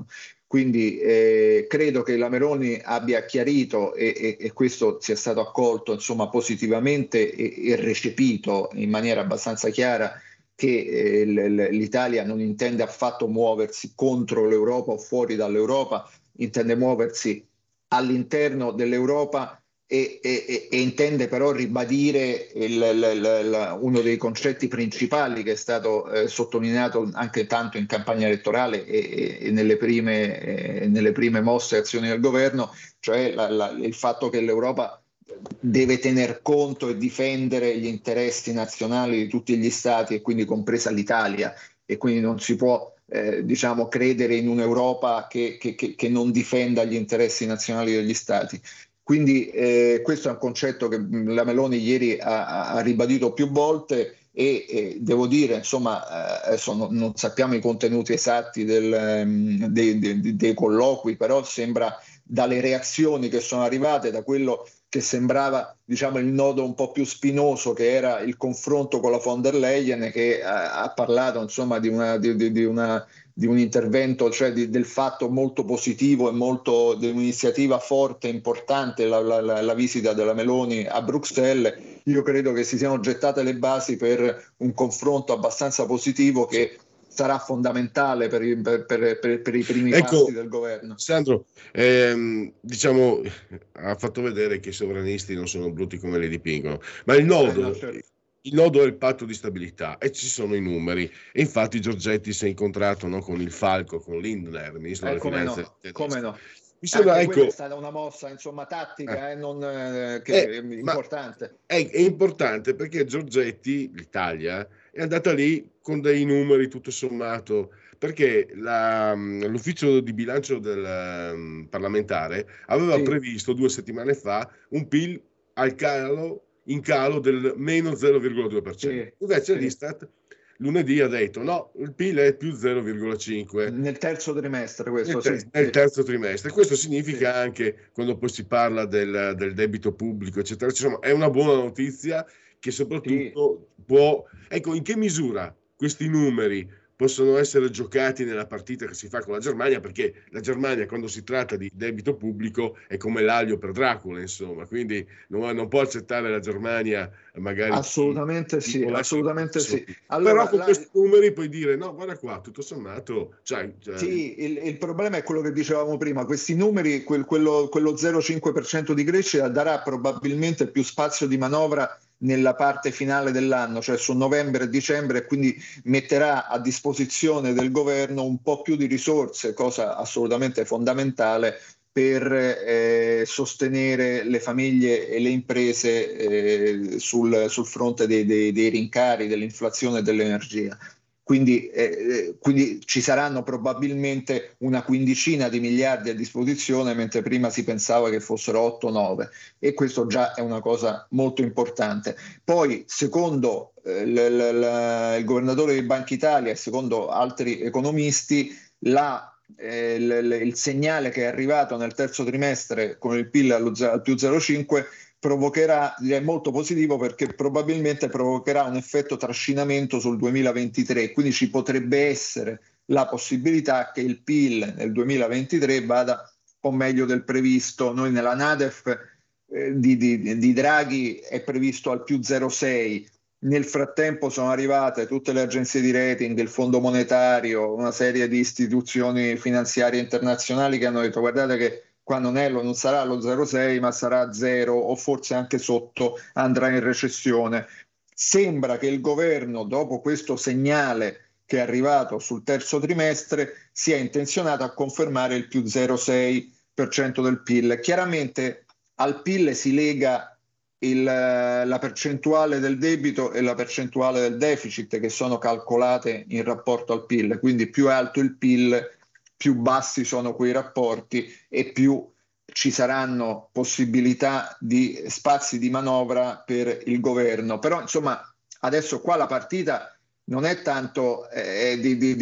Quindi eh, credo che la Meloni abbia chiarito e, e, e questo sia stato accolto insomma positivamente e, e recepito in maniera abbastanza chiara, che eh, l- l'Italia non intende affatto muoversi contro l'Europa o fuori dall'Europa, intende muoversi all'interno dell'Europa e, e- e intende però ribadire il- il- il- uno dei concetti principali che è stato eh, sottolineato anche tanto in campagna elettorale e, e- e nelle prime, eh, nelle prime mosse e azioni del governo, cioè la- la- il fatto che l'Europa deve tener conto e difendere gli interessi nazionali di tutti gli stati e quindi compresa l'Italia, e quindi non si può eh, diciamo credere in un'Europa che, che- che- che non difenda gli interessi nazionali degli stati. Quindi eh, questo è un concetto che mh, la Meloni ieri ha, ha ribadito più volte e eh, devo dire, insomma, eh, adesso non, non sappiamo i contenuti esatti del, ehm, dei, dei- dei colloqui, però sembra dalle reazioni che sono arrivate, da quello che sembrava, diciamo, il nodo un po' più spinoso, che era il confronto con la von der Leyen, che ha, ha parlato, insomma, di una, di, di- di una- di un intervento, cioè di- del fatto molto positivo e molto di un'iniziativa forte, importante, la, la- la- la visita della Meloni a Bruxelles. Io credo che si siano gettate le basi per un confronto abbastanza positivo che sarà fondamentale per i, per- per- per- per i primi Ecco, passi del governo. Sandro, ehm, diciamo, ha fatto vedere che i sovranisti non sono brutti come li dipingono, ma il Eh, no, nodo, certo. il nodo è il patto di stabilità e ci sono i numeri. E infatti Giorgetti si è incontrato, no, con il Falco, con Lindner, ministro Eh, delle come finanze no, tedesco. come no. Mi sembra, Anche quella è ecco, stata una mossa, insomma, eh, tattica, eh, non, eh, che, eh, ma importante. è, è importante perché Giorgetti, l'Italia, è andata lì con dei numeri tutto sommato, perché la- l'ufficio di bilancio del um, parlamentare aveva Sì, previsto due settimane fa un P I L al calo, in calo del meno zero virgola due per cento. sì, Invece sì. l'Istat lunedì ha detto no, il P I L è più zero virgola cinque Nel terzo trimestre nel, questo, ter- sì, nel sì, terzo trimestre. Questo sì. significa anche, quando poi si parla del, del debito pubblico, eccetera, insomma, è una buona notizia che Sì. soprattutto può... Ecco, in che misura questi numeri possono essere giocati nella partita che si fa con la Germania, perché la Germania, quando si tratta di debito pubblico, è come l'aglio per Dracula, insomma, quindi non, non può accettare la Germania magari chi, Assolutamente chi sì, vuole essere assolutamente sì. professori. Però Allora, con la- questi numeri puoi dire, no, guarda qua, tutto sommato, cioè, cioè, sì, il, il problema è quello che dicevamo prima, questi numeri, quel- quello, quello zero virgola cinque per cento di crescita darà probabilmente più spazio di manovra nella parte finale dell'anno, cioè su novembre e dicembre, e quindi metterà a disposizione del governo un po' più di risorse, cosa assolutamente fondamentale per eh, sostenere le famiglie e le imprese eh, sul, sul fronte dei, dei- dei rincari, dell'inflazione e dell'energia. Quindi, eh, quindi ci saranno probabilmente una quindicina di miliardi a disposizione, mentre prima si pensava che fossero otto nove, e questo già è una cosa molto importante. Poi, secondo eh, l- l- l- il governatore di Banca Italia e secondo altri economisti, la eh, il, il- il segnale che è arrivato nel terzo trimestre con il P I L allo ze- al più zero virgola cinque provocherà, è molto positivo perché probabilmente provocherà un effetto trascinamento sul duemilaventitré, quindi ci potrebbe essere la possibilità che il P I L nel duemilaventitré vada un po' meglio del previsto. Noi nella NADEF eh, di, di, di Draghi è previsto al più zero virgola sei. Nel frattempo sono arrivate tutte le agenzie di rating, il Fondo Monetario, una serie di istituzioni finanziarie internazionali che hanno detto guardate che qua non, è, non sarà lo zero virgola sei ma sarà zero o forse anche sotto, andrà in recessione. Sembra che il governo, dopo questo segnale che è arrivato sul terzo trimestre, sia intenzionato a confermare il più zero virgola sei per cento del P I L. Chiaramente al P I L si lega il, la percentuale del debito e la percentuale del deficit, che sono calcolate in rapporto al P I L, quindi più è alto il P I L, più bassi sono quei rapporti e più ci saranno possibilità di spazi di manovra per il governo. Però insomma adesso qua la partita non è tanto eh, di, di,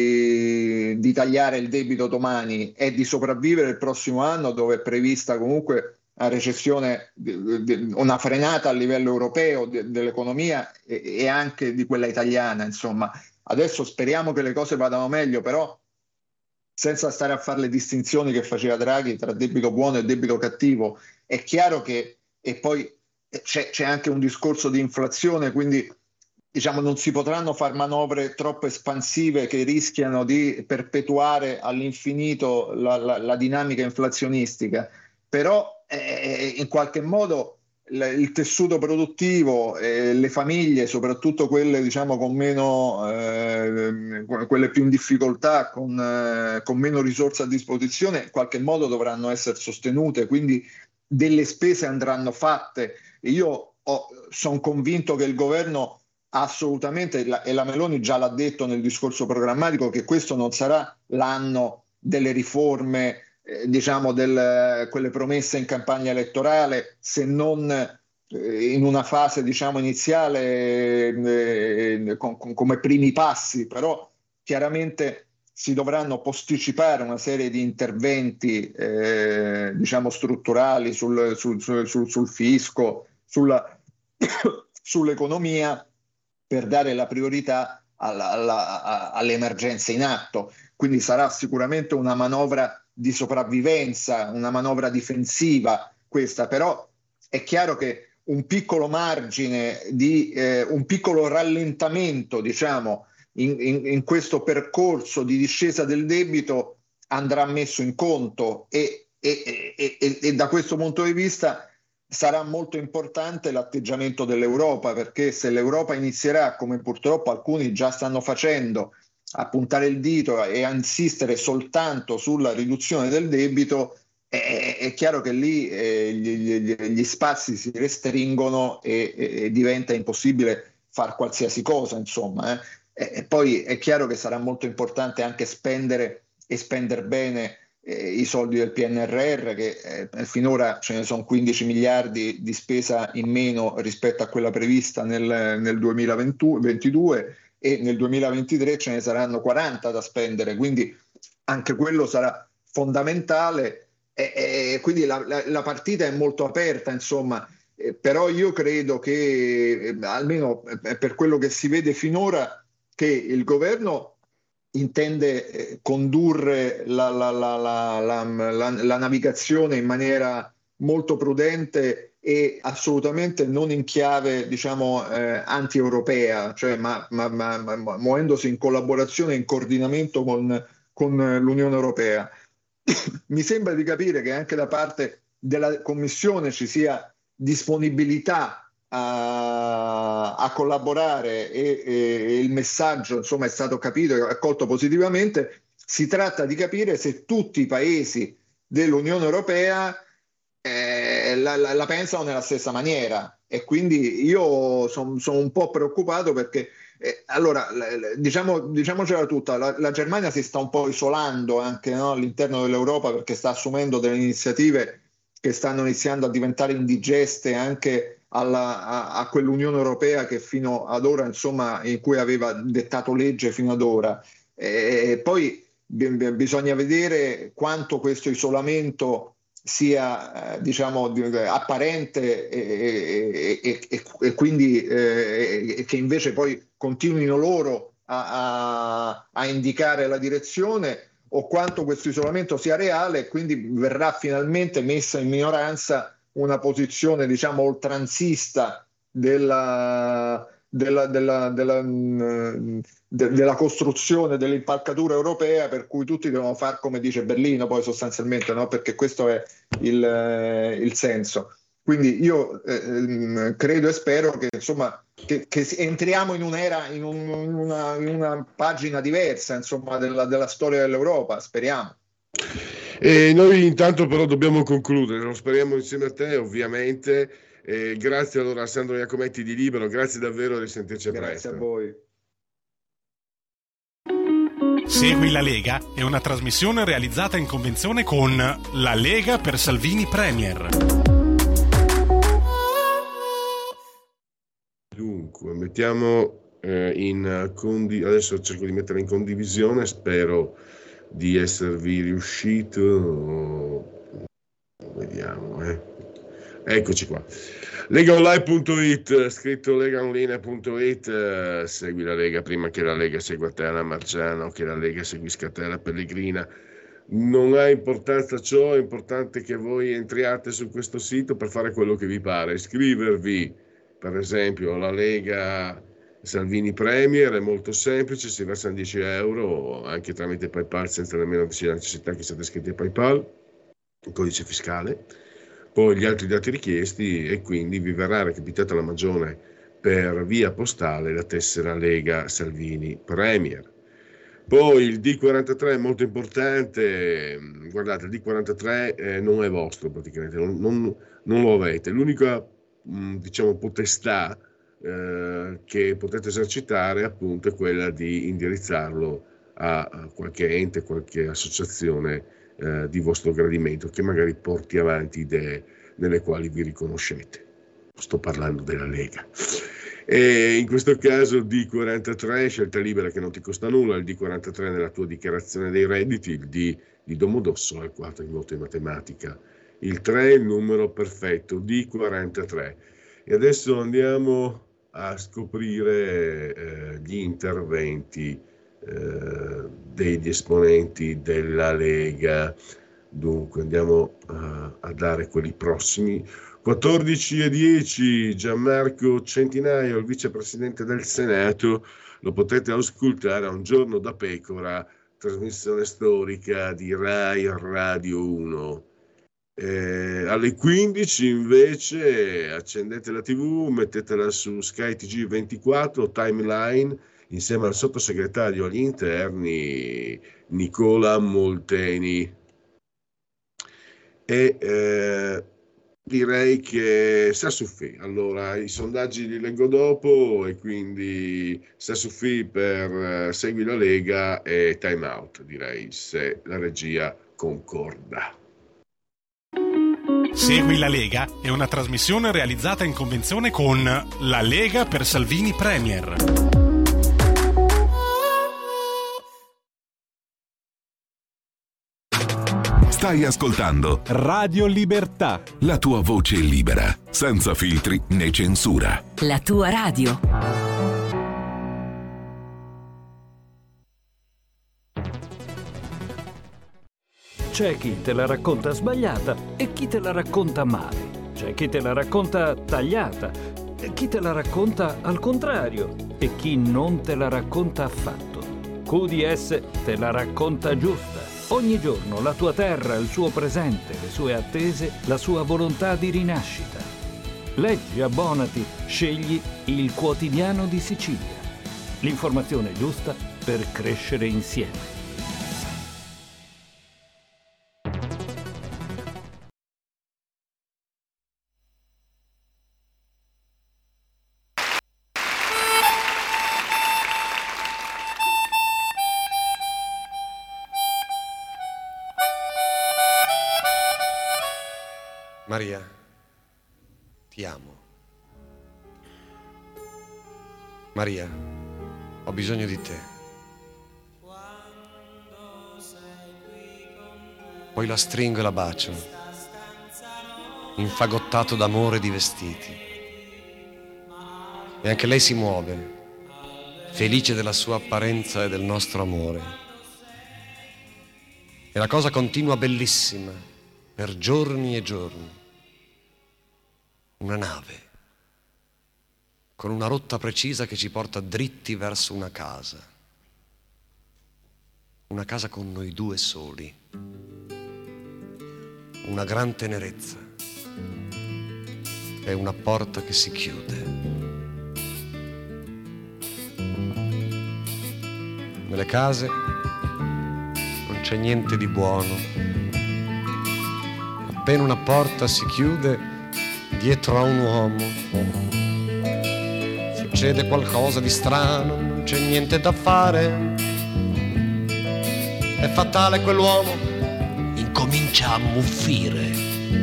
di, di tagliare il debito domani, è di sopravvivere il prossimo anno, dove è prevista comunque una recessione, una frenata a livello europeo dell'economia e, e anche di quella italiana. Insomma, adesso speriamo che le cose vadano meglio, però senza stare a fare le distinzioni che faceva Draghi tra debito buono e debito cattivo, è chiaro che, e poi c'è, c'è anche un discorso di inflazione, quindi diciamo non si potranno fare manovre troppo espansive che rischiano di perpetuare all'infinito la, la, la dinamica inflazionistica, però eh, in qualche modo il tessuto produttivo, eh, le famiglie, soprattutto quelle diciamo con meno, eh, quelle più in difficoltà, con, eh, con meno risorse a disposizione, in qualche modo dovranno essere sostenute, quindi delle spese andranno fatte. Io sono convinto che il governo assolutamente, e la Meloni già l'ha detto nel discorso programmatico, che questo non sarà l'anno delle riforme, eh, diciamo del, quelle promesse in campagna elettorale, se non eh, in una fase diciamo iniziale eh, con, con, come primi passi, però chiaramente si dovranno posticipare una serie di interventi eh, diciamo strutturali sul, sul, sul, sul, sul fisco, sulla, sull'economia, per dare la priorità alla, alla, alle emergenze in atto. Quindi sarà sicuramente una manovra di sopravvivenza, una manovra difensiva questa, però è chiaro che un piccolo margine di eh, un piccolo rallentamento, diciamo, in, in, in questo percorso di discesa del debito andrà messo in conto e, e, e, e, e da questo punto di vista sarà molto importante l'atteggiamento dell'Europa, perché se l'Europa inizierà, come purtroppo alcuni già stanno facendo, a puntare il dito e a insistere soltanto sulla riduzione del debito, è, è chiaro che lì eh, gli, gli, gli spazi si restringono e, e diventa impossibile far qualsiasi cosa, insomma. Eh. E, e poi è chiaro che sarà molto importante anche spendere e spendere bene Eh, i soldi del P N R R, che eh, finora ce ne sono quindici miliardi di spesa in meno rispetto a quella prevista nel, nel duemilaventidue, e nel duemilaventitré ce ne saranno quaranta da spendere, quindi anche quello sarà fondamentale e, e quindi la, la, la partita è molto aperta, insomma, eh, però io credo che eh, almeno per quello che si vede finora, che il governo intende eh, condurre la, la, la, la, la, la, la navigazione in maniera molto prudente e assolutamente non in chiave, diciamo, eh, anti-europea, cioè ma, ma, ma, ma muovendosi in collaborazione e in coordinamento con, con l'Unione Europea. Mi sembra di capire che anche da parte della Commissione ci sia disponibilità A, a collaborare e, e, e il messaggio insomma è stato capito e accolto positivamente. Si tratta di capire se tutti i paesi dell'Unione Europea eh, la, la, la pensano nella stessa maniera, e quindi io sono son un po' preoccupato perché eh, allora diciamo, diciamocela tutta, la, la Germania si sta un po' isolando anche, no, all'interno dell'Europa, perché sta assumendo delle iniziative che stanno iniziando a diventare indigeste anche Alla, a, a quell'Unione Europea che fino ad ora, insomma, in cui aveva dettato legge fino ad ora. E poi b- bisogna vedere quanto questo isolamento sia, eh, diciamo, apparente e, e, e, e quindi eh, che invece poi continuino loro a, a, a indicare la direzione, o quanto questo isolamento sia reale e quindi verrà finalmente messa in minoranza una posizione, diciamo, oltranzista della, della, della, della, de, della costruzione dell'impalcatura europea, per cui tutti devono fare come dice Berlino, poi sostanzialmente, no? Perché questo è il, il senso. Quindi io eh, credo e spero che, insomma, che, che entriamo in un'era, in, un, in, una, in una pagina diversa, insomma, della, della storia dell'Europa, speriamo. E noi intanto però dobbiamo concludere, lo speriamo insieme a te ovviamente. E grazie allora a Sandro Iacometti di Libero, grazie davvero e risentirci a presto. Grazie a voi. Segui la Lega è una trasmissione realizzata in convenzione con La Lega per Salvini Premier. Dunque, mettiamo eh, in condi- adesso cerco di mettere in condivisione, spero di esservi riuscito. Vediamo, eh. Eccoci qua. Legaonline punto it, scritto legaonline punto it, eh, segui la Lega prima che la Lega segua te, la Marciano, che la Lega seguisca te, la Pellegrina. non ha importanza ciò, è importante che voi entriate su questo sito per fare quello che vi pare, iscrivervi per esempio alla Lega Salvini Premier, è molto semplice, si versano dieci euro anche tramite PayPal senza nemmeno la necessità che siate iscritti a PayPal, il codice fiscale, poi gli altri dati richiesti e quindi vi verrà recapitata la magione per via postale la tessera Lega Salvini Premier. Poi il D quarantatré è molto importante, guardate, il D quarantatré eh, non è vostro praticamente, non, non, non lo avete, l'unica mh, diciamo potestà eh, che potete esercitare appunto è quella di indirizzarlo a, a qualche ente, qualche associazione eh, di vostro gradimento che magari porti avanti idee nelle quali vi riconoscete. Sto parlando della Lega. E in questo caso il D quarantatré, scelta libera che non ti costa nulla, il D quarantatré nella tua dichiarazione dei redditi, il D di Domodossola, il quattro il voto in matematica, il tre il numero perfetto, D quarantatré. E adesso andiamo a scoprire eh, gli interventi eh, degli esponenti della Lega. Dunque andiamo uh, a dare quelli prossimi. quattordici e dieci, Gianmarco Centinaio, il vicepresidente del Senato, lo potete ascoltare a Un giorno da pecora, trasmissione storica di Rai Radio uno. Eh, alle quindici invece accendete la tivù, mettetela su Sky T G ventiquattro, Timeline, insieme al sottosegretario agli interni Nicola Molteni. E eh, direi che Sassoufi, allora i sondaggi li leggo dopo e quindi Sassoufi per eh, Segui la Lega e Time Out, direi, se la regia concorda. Segui la Lega è una trasmissione realizzata in convenzione con La Lega per Salvini Premier. Stai ascoltando Radio Libertà, la tua voce libera, senza filtri né censura. La tua radio. C'è chi te la racconta sbagliata e chi te la racconta male. C'è chi te la racconta tagliata e chi te la racconta al contrario e chi non te la racconta affatto. Q D S te la racconta giusta. Ogni giorno la tua terra, il suo presente, le sue attese, la sua volontà di rinascita. Leggi, abbonati, scegli il Quotidiano di Sicilia. L'informazione giusta per crescere insieme. Maria, ti amo. Maria, ho bisogno di te. Poi la stringo e la bacio, infagottato d'amore e di vestiti. E anche lei si muove, felice della sua apparenza e del nostro amore. E la cosa continua bellissima, per giorni e giorni. Una nave, con una rotta precisa che ci porta dritti verso una casa. Una casa con noi due soli. Una gran tenerezza. E una porta che si chiude. Nelle case non c'è niente di buono. Appena una porta si chiude, dietro a un uomo succede qualcosa di strano, non c'è niente da fare. È fatale quell'uomo, incomincia a muffire.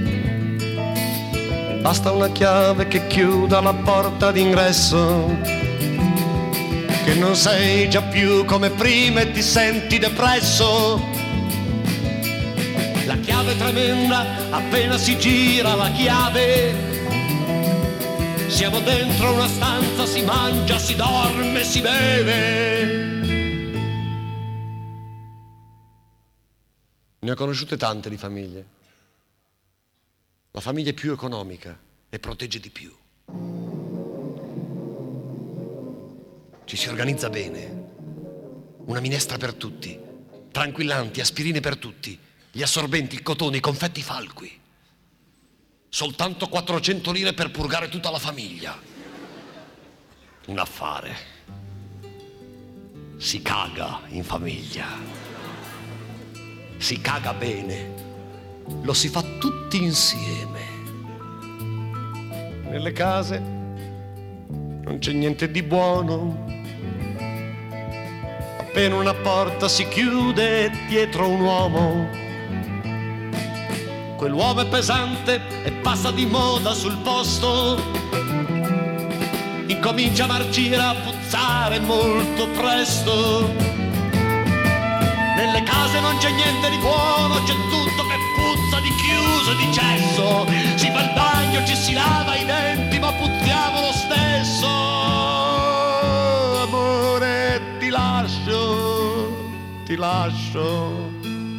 Basta una chiave che chiuda la porta d'ingresso, che non sei già più come prima e ti senti depresso. La chiave tremenda, appena si gira la chiave, siamo dentro una stanza, si mangia, si dorme, si beve. Ne ho conosciute tante di famiglie. La famiglia è più economica e protegge di più. Ci si organizza bene. Una minestra per tutti, tranquillanti, aspirine per tutti, gli assorbenti, il cotone, i confetti Falqui. Soltanto quattrocento lire per purgare tutta la famiglia. Un affare. Si caga in famiglia. Si caga bene. Lo si fa tutti insieme. Nelle case non c'è niente di buono. Appena una porta si chiude dietro un uomo, quell'uomo è pesante e passa di moda sul posto. Incomincia a marcire, a puzzare molto presto. Nelle case non c'è niente di buono, c'è tutto che puzza di chiuso e di cesso. Si fa il bagno, ci si lava i denti, ma puzziamo lo stesso. Amore, ti lascio, ti lascio.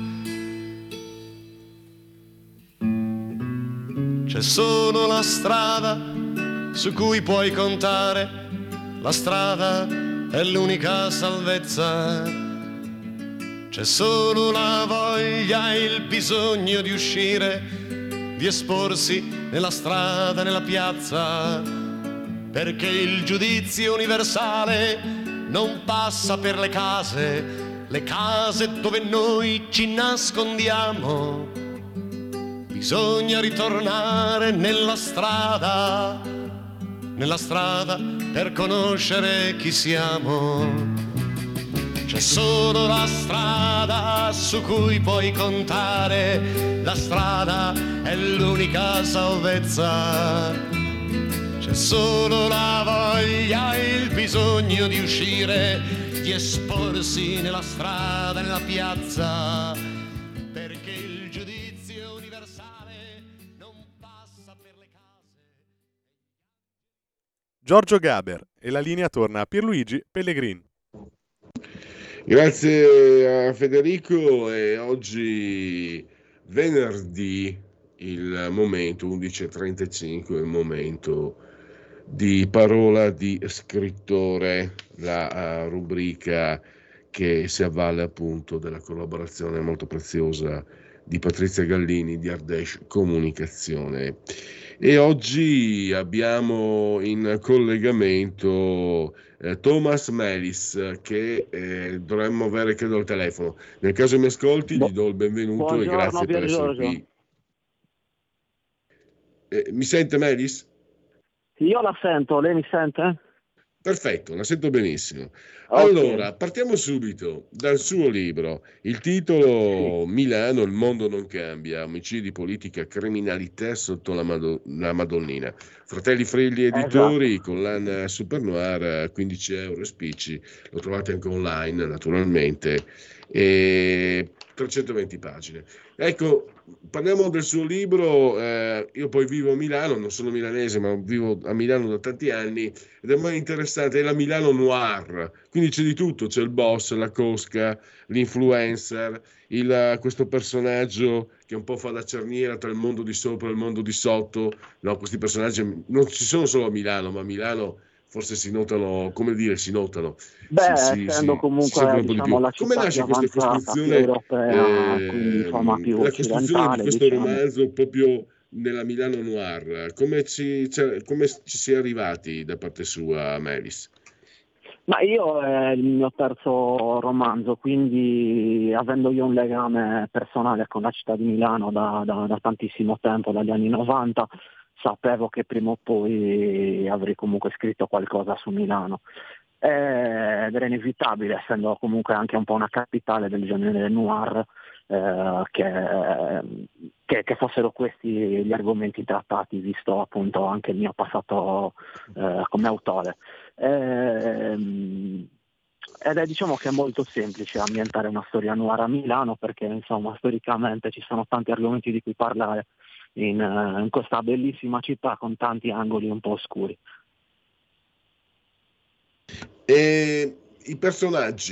C'è solo la strada su cui puoi contare, la strada è l'unica salvezza. C'è solo la voglia e il bisogno di uscire, di esporsi nella strada, nella piazza, perché il giudizio universale non passa per le case, le case dove noi ci nascondiamo. Bisogna ritornare nella strada, nella strada per conoscere chi siamo. C'è solo la strada su cui puoi contare, la strada è l'unica salvezza. C'è solo la voglia e il bisogno di uscire, di esporsi nella strada, nella piazza, perché il giudizio universale non passa per le case. Giorgio Gaber, e la linea torna a Pierluigi Pellegrin. Grazie a Federico, e oggi venerdì il momento undici e trentacinque, il momento di Parola di Scrittore, la uh, rubrica che si avvale appunto della collaborazione molto preziosa di Patrizia Gallini di Ardèche Comunicazione. E oggi abbiamo in collegamento eh, Thomas Melis, che eh, dovremmo avere credo al telefono. Nel caso mi ascolti, gli do il benvenuto. Buongiorno, e grazie per essere qui. Eh, mi sente Melis? Io la sento, lei mi sente? Perfetto, la sento benissimo. Okay. Allora, partiamo subito dal suo libro. Il titolo: sì. Milano, il mondo non cambia, omicidi, politica, criminalità sotto la, Mado- la Madonnina. Fratelli Frilli Editori, esatto. Collana Super Noir, quindici euro spicci, lo trovate anche online naturalmente, e trecentoventi pagine. Ecco, parliamo del suo libro. Eh, io poi vivo a Milano, non sono milanese, ma vivo a Milano da tanti anni, ed è molto interessante, è la Milano noir, quindi c'è di tutto, c'è il boss, la cosca, l'influencer, il, questo personaggio che un po' fa da cerniera tra il mondo di sopra e il mondo di sotto. No, questi personaggi non ci sono solo a Milano, ma a Milano forse si notano, come dire, si notano. Beh, si, essendo si, comunque si diciamo, la come nasce questa costruzione europea, eh, quindi insomma più la costruzione di questo diciamo. romanzo proprio nella Milano noir? Come ci, cioè, come ci si è arrivati da parte sua, Melis? Ma io è il mio terzo romanzo, quindi avendo io un legame personale con la città di Milano da, da, da tantissimo tempo, dagli anni novanta, sapevo che prima o poi avrei comunque scritto qualcosa su Milano. Ed era inevitabile, essendo comunque anche un po' una capitale del genere noir, eh, che, che, che fossero questi gli argomenti trattati, visto appunto anche il mio passato eh, come autore. Eh, ed è diciamo che è molto semplice ambientare una storia noir a Milano, perché insomma storicamente ci sono tanti argomenti di cui parlare in, in questa bellissima città con tanti angoli un po' oscuri. E i personaggi,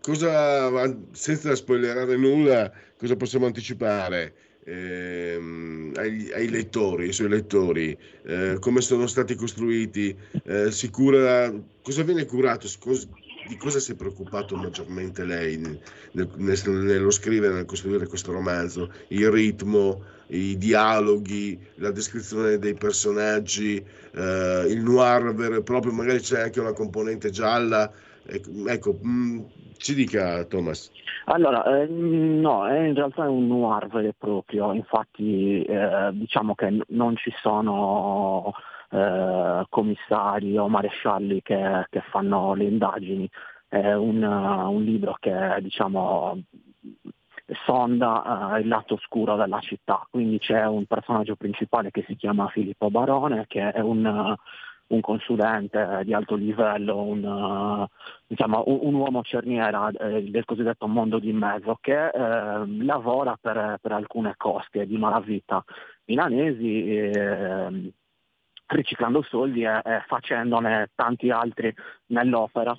cosa, senza spoilerare nulla, cosa possiamo anticipare ehm, ai, ai lettori, ai suoi lettori? Eh, come sono stati costruiti? Eh, si cura, cosa viene curato? Cos- di cosa si è preoccupato maggiormente lei nel, nel- nello scrivere, nel costruire questo romanzo? Il ritmo, i dialoghi, la descrizione dei personaggi, eh, il noir vero e proprio, magari c'è anche una componente gialla. Ecco, ecco, mh, ci dica Thomas. Allora, eh, no, è in realtà è un noir vero e proprio, infatti eh, diciamo che n- non ci sono eh, commissari o marescialli che, che fanno le indagini, è un, uh, un libro che diciamo sonda uh, il lato oscuro della città, quindi c'è un personaggio principale che si chiama Filippo Barone, che è un... Uh, un consulente di alto livello, un, uh, diciamo, un, un uomo cerniera eh, del cosiddetto mondo di mezzo che eh, lavora per, per alcune cosche di malavita milanesi, eh, riciclando soldi e, e facendone tanti altri nell'opera.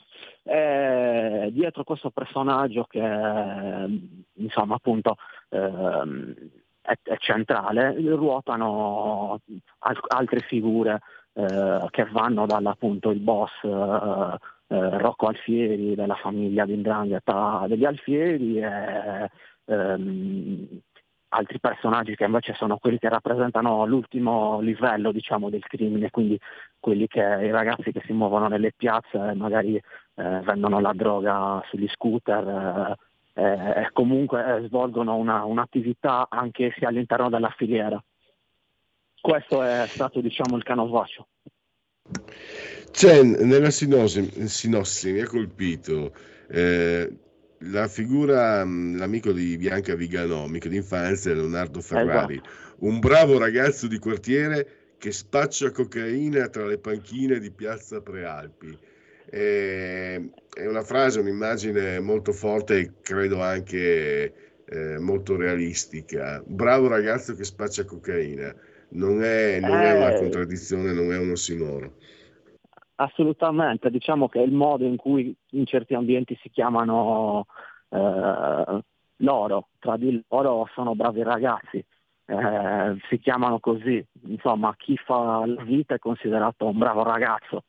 E dietro questo personaggio che insomma appunto eh, è, è centrale, ruotano al- altre figure eh, che vanno dall'appunto il boss eh, eh, Rocco Alfieri della famiglia di 'ndrangheta degli Alfieri e ehm, altri personaggi che invece sono quelli che rappresentano l'ultimo livello diciamo del crimine, quindi quelli che i ragazzi che si muovono nelle piazze e magari eh, vendono la droga sugli scooter e eh, eh, comunque eh, svolgono una, un'attività anche sia all'interno della filiera. Questo è stato diciamo il canovaccio. C'è nella sinossi, sinossi mi ha colpito eh, la figura, mh, l'amico di Bianca Viganò, amico d'infanzia, Leonardo Ferrari, Esatto. un bravo ragazzo di quartiere che spaccia cocaina tra le panchine di Piazza Prealpi. Eh, è una frase, un'immagine molto forte e credo anche eh, molto realistica. Bravo ragazzo che spaccia cocaina. Non è, non è una Eh, contraddizione, non è un ossimoro. Assolutamente, diciamo che è il modo in cui in certi ambienti si chiamano eh, loro, tra di loro sono bravi ragazzi, eh, si chiamano così, insomma chi fa la vita è considerato un bravo ragazzo.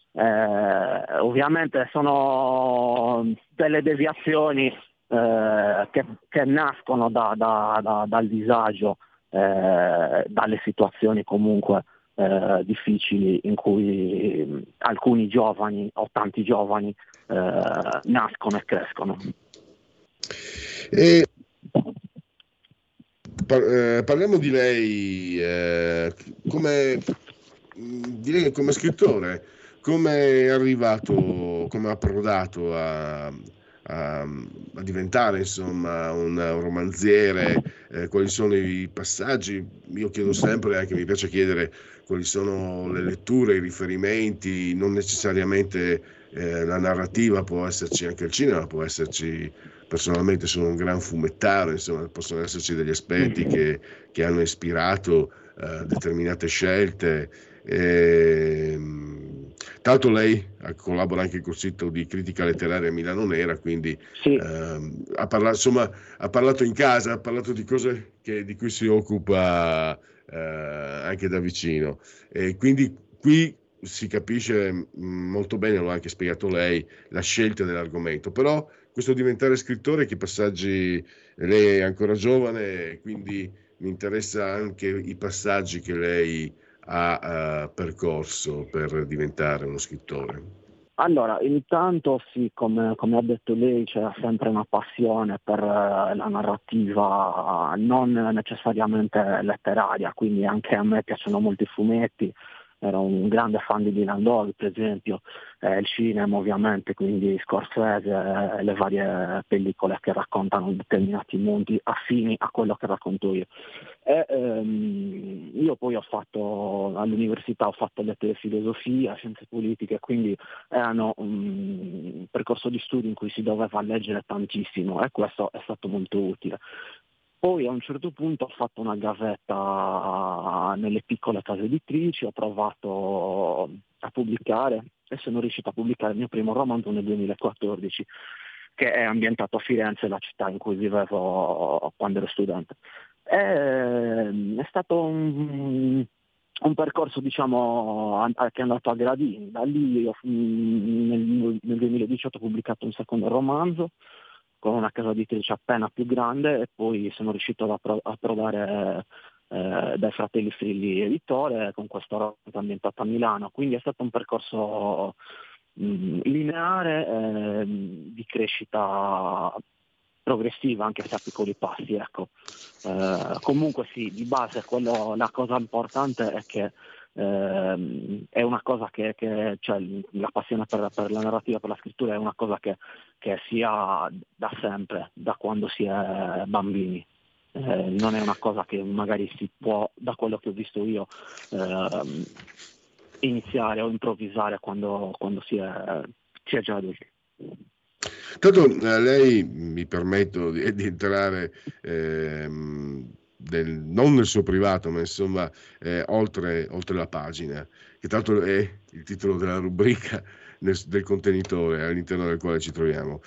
Eh, ovviamente sono delle deviazioni eh, che, che nascono da- da- da- dal disagio, eh, dalle situazioni comunque eh, difficili in cui mh, alcuni giovani o tanti giovani eh, nascono e crescono. E par- eh, parliamo di lei eh, come, mh, di lei come scrittore, come è arrivato, come è approdato a, a- a diventare insomma un, un romanziere, eh, quali sono i passaggi? Io chiedo sempre, anche mi piace chiedere quali sono le letture, i riferimenti, non necessariamente eh, la narrativa, può esserci anche il cinema, può esserci. Personalmente sono un gran fumettaro, insomma, possono esserci degli aspetti che, che hanno ispirato eh, determinate scelte. Ehm, tanto lei collabora anche col sito di critica letteraria Milano Nera, quindi Sì. ehm, ha, parlato, insomma, ha parlato in casa, ha parlato di cose che- di cui si occupa eh, anche da vicino. E quindi qui si capisce mh, molto bene, l'ha anche spiegato lei, la scelta dell'argomento, però questo diventare scrittore, che passaggi, lei è ancora giovane, quindi mi interessa anche i passaggi che lei ha eh, percorso per diventare uno scrittore. Allora, intanto sì, come, come ha detto lei, c'è sempre una passione per eh, la narrativa, non necessariamente letteraria, quindi anche a me piacciono molto i fumetti, ero un grande fan di Dylan Dog, per esempio, eh, il cinema ovviamente, quindi Scorsese, eh, le varie pellicole che raccontano determinati mondi affini a quello che racconto io. E, ehm, io poi ho fatto, all'università ho fatto lettere di filosofia, scienze politiche, quindi erano un percorso di studio in cui si doveva leggere tantissimo e questo è stato molto utile. Poi a un certo punto ho fatto una gavetta nelle piccole case editrici, ho provato a pubblicare e sono riuscito a pubblicare il mio primo romanzo nel duemilaquattordici. che è ambientato a Firenze, la città in cui vivevo quando ero studente. È, è stato un, un percorso, diciamo, che è andato a gradini. Da lì io, nel, nel duemiladiciotto ho pubblicato un secondo romanzo con una casa editrice appena più grande, e poi sono riuscito ad appro- approdare eh, dai fratelli Frilli Editore con questo romanzo ambientato a Milano. Quindi è stato un percorso mh, lineare eh, di crescita progressiva, anche se a piccoli passi, ecco. Eh, comunque sì, di base quello, la cosa importante è che eh, è una cosa che, che cioè, la passione per, per la narrativa, per la scrittura è una cosa che, che si ha da sempre, da quando si è bambini. Eh, non è una cosa che magari si può, da quello che ho visto io, eh, iniziare o improvvisare quando, quando si, è, si è già adulti. Tanto a lei mi permetto di, di entrare ehm, del, non nel suo privato, ma insomma eh, oltre, oltre la pagina, che tanto è il titolo della rubrica nel, del contenitore all'interno del quale ci troviamo.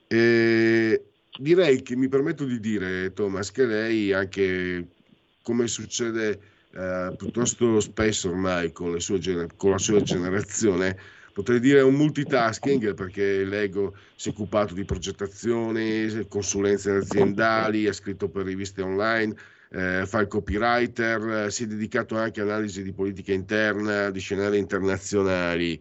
E direi che mi permetto di dire, Thomas, che lei, anche come succede eh, piuttosto spesso ormai con, le sue, con la sua generazione, potrei dire un multitasking, perché leggo si è occupato di progettazioni, consulenze aziendali, ha scritto per riviste online, eh, fa il copywriter, eh, si è dedicato anche a analisi di politica interna, di scenari internazionali,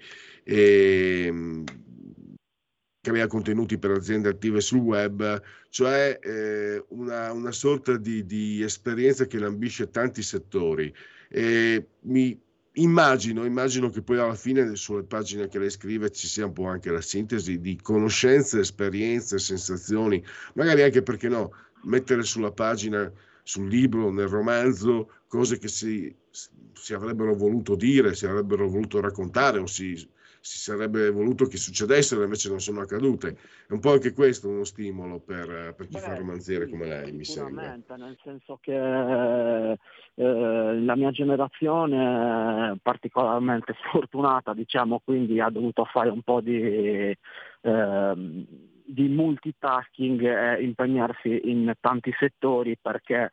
e crea contenuti per aziende attive sul web, cioè eh, una, una sorta di, di esperienza che lambisce tanti settori. E mi Immagino, immagino che poi alla fine sulle pagine che lei scrive ci sia un po' anche la sintesi di conoscenze, esperienze, sensazioni, magari anche, perché no, mettere sulla pagina, sul libro, nel romanzo, cose che si, si avrebbero voluto dire, si avrebbero voluto raccontare o si, si sarebbe voluto che succedessero, invece non sono accadute. È un po' anche questo uno stimolo per, per chi Beh, fa romanziere sì, come lei, mi sembra. Nel senso che eh, la mia generazione è particolarmente sfortunata, diciamo, quindi ha dovuto fare un po' di, eh, di multitasking e impegnarsi in tanti settori, perché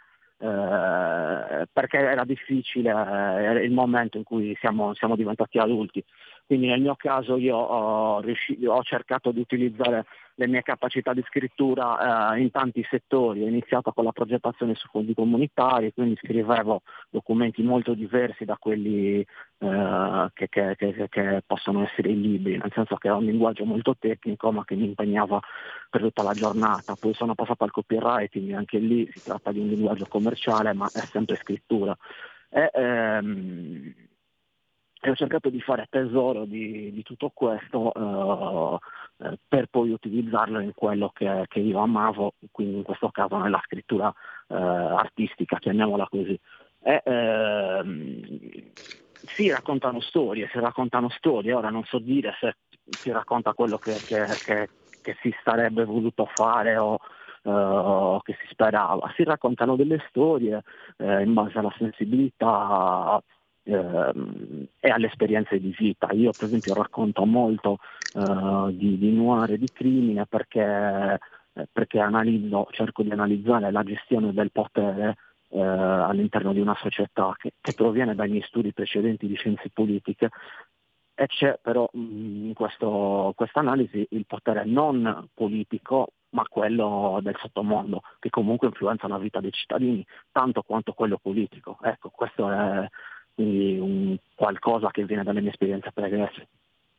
Eh, perché era difficile, eh, era il momento in cui siamo, siamo diventati adulti. Quindi nel mio caso io ho, riusci- ho cercato di utilizzare le mie capacità di scrittura eh, in tanti settori. Ho iniziato con la progettazione su fondi comunitari, quindi scrivevo documenti molto diversi da quelli eh, che, che, che, che possono essere i libri, nel senso che era un linguaggio molto tecnico ma che mi impegnava per tutta la giornata. Poi sono passato al copywriting, anche lì si tratta di un linguaggio commerciale ma è sempre scrittura. E, ehm, e ho cercato di fare tesoro di, di tutto questo eh, eh, per poi utilizzarlo in quello che, che io amavo, quindi in questo caso nella scrittura eh, artistica, chiamiamola così. E, ehm, si raccontano storie, si raccontano storie, ora non so dire se si racconta quello che, che, che, che si sarebbe voluto fare o Uh, che si sperava. Si raccontano delle storie eh, in base alla sensibilità eh, e alle esperienze di vita. Io per esempio racconto molto uh, di, di noir e di crimine perché, eh, perché analizzo, cerco di analizzare la gestione del potere eh, all'interno di una società che, che proviene dai miei studi precedenti di scienze politiche. E c'è però in questo, questa analisi il potere non politico, ma quello del sottomondo, che comunque influenza la vita dei cittadini tanto quanto quello politico. Ecco, questo è quindi un qualcosa che viene dalle mie esperienze pregresse.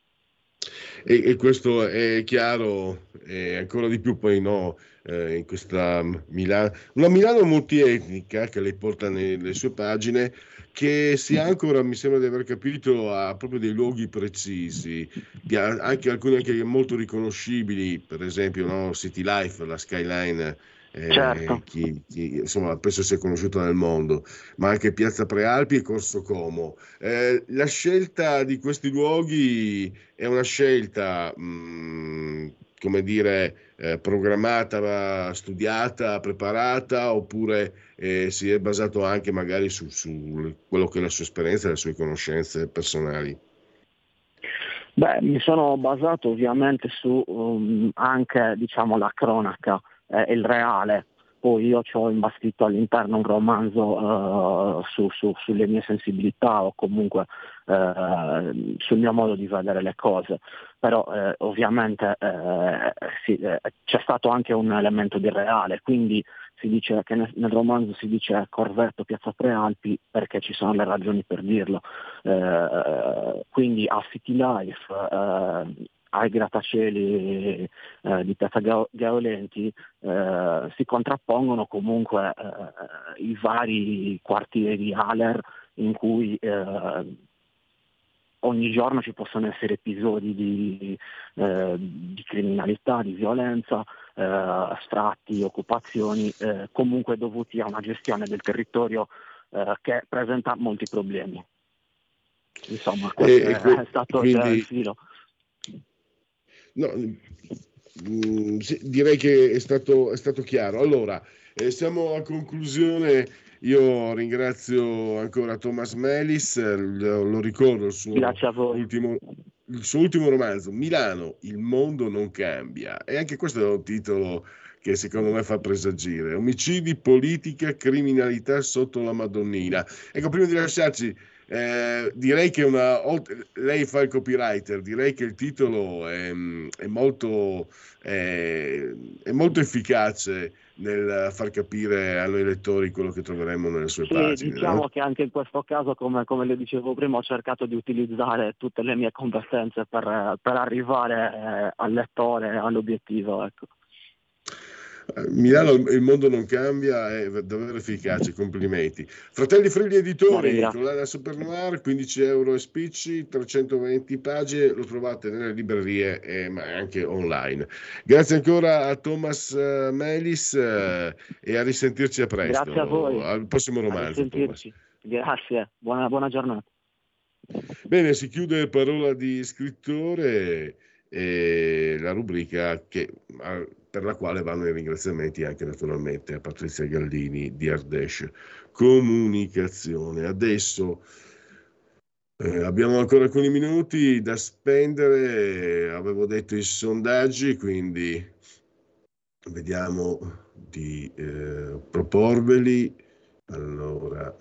E, e questo è chiaro, e ancora di più poi no, eh, in questa Milano, una Milano multietnica che lei porta nelle sue pagine, che si ancora, mi sembra di aver capito, a proprio dei luoghi precisi, anche alcuni anche molto riconoscibili, per esempio no, City Life, la skyline. Eh, certo. chi, chi, insomma, penso sia conosciuta nel mondo, ma anche Piazza Prealpi e Corso Como. Eh, la scelta di questi luoghi è una scelta, mh, come dire, eh, programmata, studiata, preparata, oppure eh, si è basato anche magari su, su quello che è la sua esperienza e le sue conoscenze personali? Beh, mi sono basato ovviamente su um, anche diciamo la cronaca, eh, il reale. Poi io ci ho imbastito all'interno un romanzo uh, su, su, sulle mie sensibilità o comunque uh, sul mio modo di vedere le cose, però uh, ovviamente uh, sì, uh, c'è stato anche un elemento di reale, quindi si dice che nel, nel romanzo si dice Corvetto Piazza Prealpi perché ci sono le ragioni per dirlo, uh, quindi a City Life, uh, ai grattacieli eh, di Piazza Gaolenti eh, si contrappongono comunque eh, i vari quartieri di Haller in cui eh, ogni giorno ci possono essere episodi di, eh, di criminalità, di violenza, eh, sfratti, occupazioni, eh, comunque dovuti a una gestione del territorio eh, che presenta molti problemi. Insomma, questo e, è, que- è stato quindi... il filo. No, mh, sì, direi che è stato, è stato chiaro. Allora, eh, siamo a conclusione. Io ringrazio ancora Thomas Melis, eh, lo, lo ricordo il suo, ultimo, il suo ultimo romanzo, Milano, il mondo non cambia. E anche questo è un titolo che secondo me fa presagire. Omicidi, politica, criminalità sotto la Madonnina. Ecco, prima di lasciarci, Eh, direi che una lei fa il copywriter, direi che il titolo è, è molto è, è molto efficace nel far capire a noi lettori quello che troveremo nelle sue sì, pagine. Diciamo no? che anche in questo caso, come, come le dicevo prima, ho cercato di utilizzare tutte le mie competenze per, per arrivare eh, al lettore, all'obiettivo. Ecco. Milano, il mondo non cambia, è davvero efficace, complimenti. Fratelli Frilli Editori, collana Supernoir, quindici euro e spicci, trecentoventi pagine, lo trovate nelle librerie eh, ma anche online. Grazie ancora a Thomas uh, Melis uh, e a risentirci a presto. Grazie a voi. Al prossimo romanzo. Grazie, buona, buona giornata. Bene, si chiude Parola di Scrittore e la rubrica che... per la quale vanno i ringraziamenti anche naturalmente a Patrizia Gallini di Ardèche Comunicazione. Adesso eh, abbiamo ancora alcuni minuti da spendere, avevo detto i sondaggi, quindi vediamo di eh, proporveli. Allora,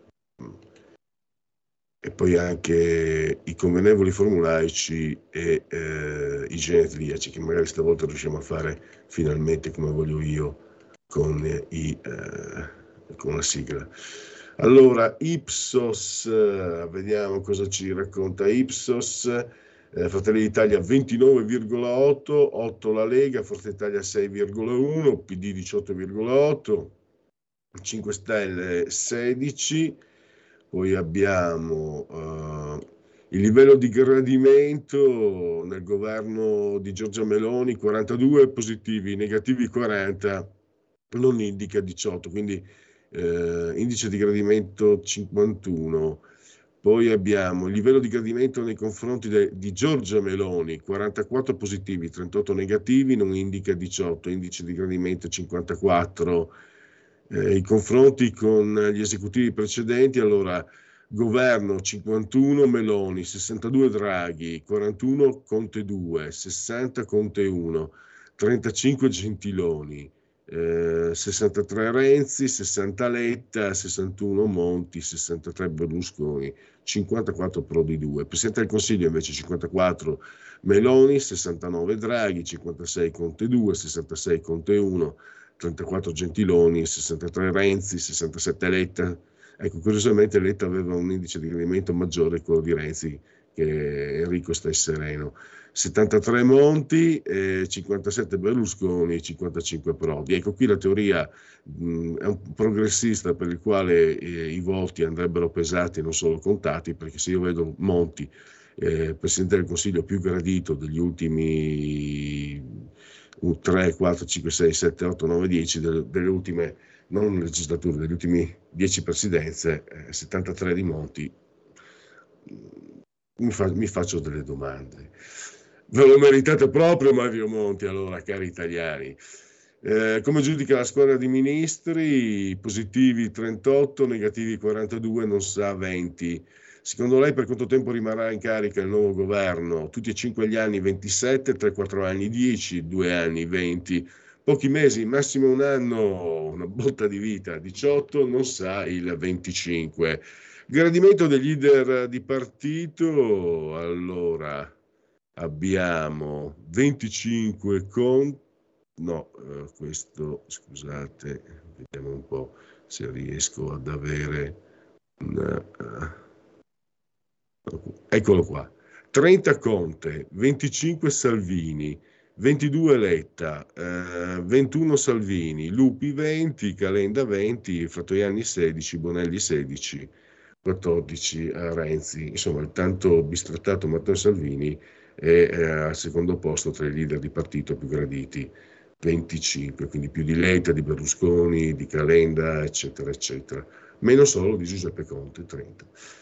e poi anche i convenevoli formulaici e eh, i genetriaci, che magari stavolta riusciamo a fare finalmente come voglio io con, i, eh, con la sigla. Allora, Ipsos, eh, vediamo cosa ci racconta Ipsos. eh, Fratelli d'Italia ventinove virgola otto, otto la Lega, Forza Italia sei virgola uno, P D diciotto virgola otto, cinque Stelle sedici. Poi abbiamo uh, il livello di gradimento nel governo di Giorgia Meloni, quarantadue positivi, negativi quaranta, non indica diciotto, quindi eh, indice di gradimento cinquantuno. Poi abbiamo il livello di gradimento nei confronti de, di Giorgia Meloni, quarantaquattro positivi, trentotto negativi, non indica diciotto, indice di gradimento cinquantaquattro. Eh, I confronti con gli esecutivi precedenti, allora governo cinquantuno Meloni, sessantadue Draghi, quarantuno Conte due, sessanta Conte uno, trentacinque Gentiloni, eh, sessantatré Renzi, sessanta Letta, sessantuno Monti, sessantatré Berlusconi, cinquantaquattro Prodi due. Presidente del Consiglio invece cinquantaquattro Meloni, sessantanove Draghi, cinquantasei Conte due, sessantasei Conte uno, trentaquattro Gentiloni, sessantatré Renzi, sessantasette Letta. Ecco, curiosamente Letta aveva un indice di gradimento maggiore quello di Renzi, che Enrico sta sereno. settantatré Monti, eh, cinquantasette Berlusconi, cinquantacinque Prodi. Ecco, qui la teoria mh, è un progressista per il quale eh, i voti andrebbero pesati e non solo contati, perché se io vedo Monti, eh, Presidente del Consiglio più gradito degli ultimi tre, quattro, cinque, sei, sette, otto, nove, dieci delle, delle ultime, non legislature, degli ultimi dieci presidenze, eh, settantatré di Monti, mi, fa, mi faccio delle domande. Ve lo meritate proprio Mario Monti, allora, cari italiani? Eh, come giudica la squadra di ministri? Positivi trentotto, negativi quarantadue, non sa venti. Secondo lei per quanto tempo rimarrà in carica il nuovo governo? Tutti e cinque gli anni ventisette, tre quattro anni dieci, due anni venti, pochi mesi, massimo un anno, una botta di vita, diciotto, non sa il venticinque. Gradimento dei leader di partito, allora abbiamo venticinque con... no, eh, questo, scusate, vediamo un po' se riesco ad avere... una, uh, eccolo qua, trenta Conte, venticinque Salvini, ventidue Letta, eh, ventuno Salvini, Lupi venti, Calenda venti, Fratoianni sedici, Bonelli sedici, quattordici a Renzi. Insomma, il tanto bistrattato Matteo Salvini è eh, al secondo posto tra i leader di partito più graditi, venticinque, quindi più di Letta, di Berlusconi, di Calenda, eccetera, eccetera. Meno solo di Giuseppe Conte, trenta.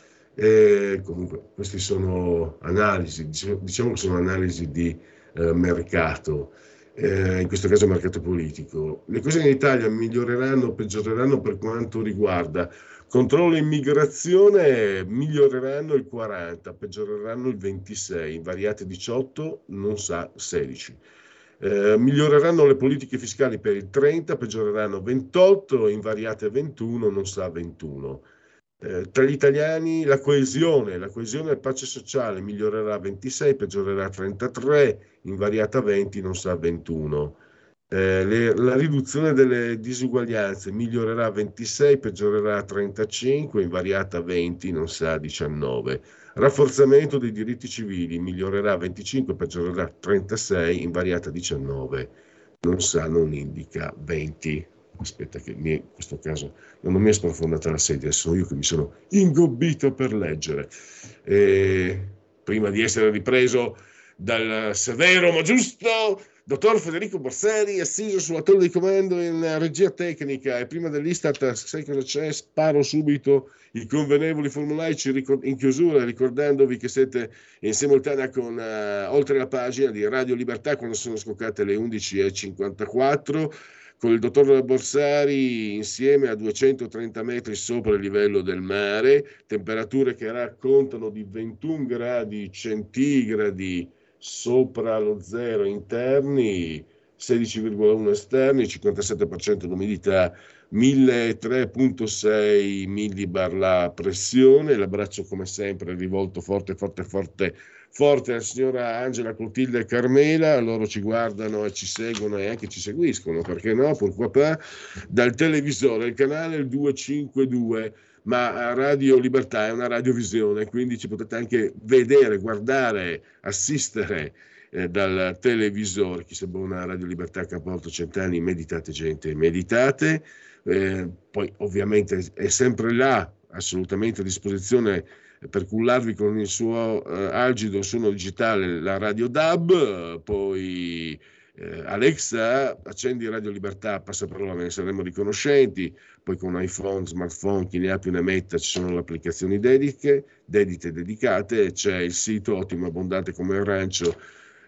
E comunque queste sono analisi, diciamo che sono analisi di eh, mercato, eh, in questo caso mercato politico. Le cose in Italia miglioreranno o peggioreranno per quanto riguarda controllo e immigrazione, miglioreranno il quaranta, peggioreranno il ventisei, invariate diciotto, non sa sedici. Eh, miglioreranno le politiche fiscali per il trenta, peggioreranno ventotto, invariate ventuno, non sa ventuno. Eh, tra gli italiani la coesione, la coesione e pace sociale migliorerà ventisei, peggiorerà trentatré, invariata venti, non sa ventuno. Eh, le, la riduzione delle disuguaglianze migliorerà ventisei, peggiorerà trentacinque, invariata venti, non sa diciannove. Rafforzamento dei diritti civili migliorerà venticinque, peggiorerà trentasei, invariata diciannove, non sa, non indica venti. Aspetta che mi, in questo caso non mi è sprofondata la sedia, sono io che mi sono ingobbito per leggere. E prima di essere ripreso dal severo ma giusto dottor Federico Borsari, assiso sulla tolla di comando in regia tecnica, e prima dell'Istat, sai cosa c'è? Sparo subito i convenevoli formulaici in chiusura, ricordandovi che siete in simultanea con uh, oltre la pagina di Radio Libertà quando sono scoccate le undici e cinquantaquattro, con il dottor Borsari insieme a duecentotrenta metri sopra il livello del mare, temperature che raccontano di ventuno gradi centigradi sopra lo zero interni, sedici virgola uno esterni, cinquantasette per cento d'umidità, milletre virgola sei millibar la pressione. L'abbraccio come sempre rivolto forte forte forte forte alla signora Angela, Clotilde e Carmela. Loro ci guardano e ci seguono e anche ci seguiscono, perché no, pourquoi pas, dal televisore, il canale duecentocinquantadue, ma Radio Libertà è una radiovisione, quindi ci potete anche vedere, guardare, assistere eh, dal televisore. Chi sa buona Radio Libertà, Caporto, cent'anni, meditate gente, meditate. Eh, poi ovviamente è sempre là, assolutamente a disposizione per cullarvi con il suo eh, algido suono digitale la Radio D A B, poi eh, Alexa, accendi Radio Libertà, passaparola, ve ne saremo riconoscenti. Poi con iPhone, smartphone, chi ne ha più ne metta, ci sono le applicazioni dediche, dedite, dedicate, c'è il sito ottimo, abbondante come il rancio,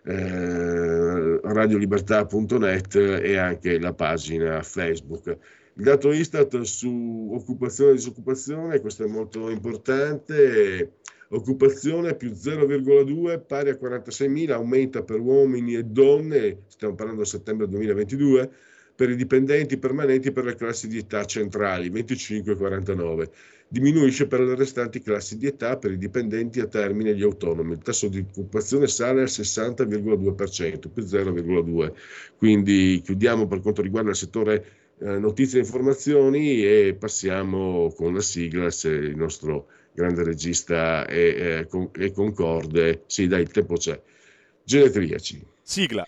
eh, radiolibertà punto net, e anche la pagina Facebook. Il dato Istat su occupazione e disoccupazione, questo è molto importante, occupazione più zero virgola due, pari a quarantaseimila, aumenta per uomini e donne, stiamo parlando del settembre duemilaventidue, per i dipendenti permanenti per le classi di età centrali, venticinque quarantanove, diminuisce per le restanti classi di età per i dipendenti a termine e gli autonomi. Il tasso di occupazione sale al sessanta virgola due per cento, più zero virgola due. Quindi chiudiamo per quanto riguarda il settore eh, notizie e informazioni e passiamo con la sigla, se il nostro grande regista è, è, con, è concorde. Sì, dai, il tempo c'è. Genetriaci. Sigla.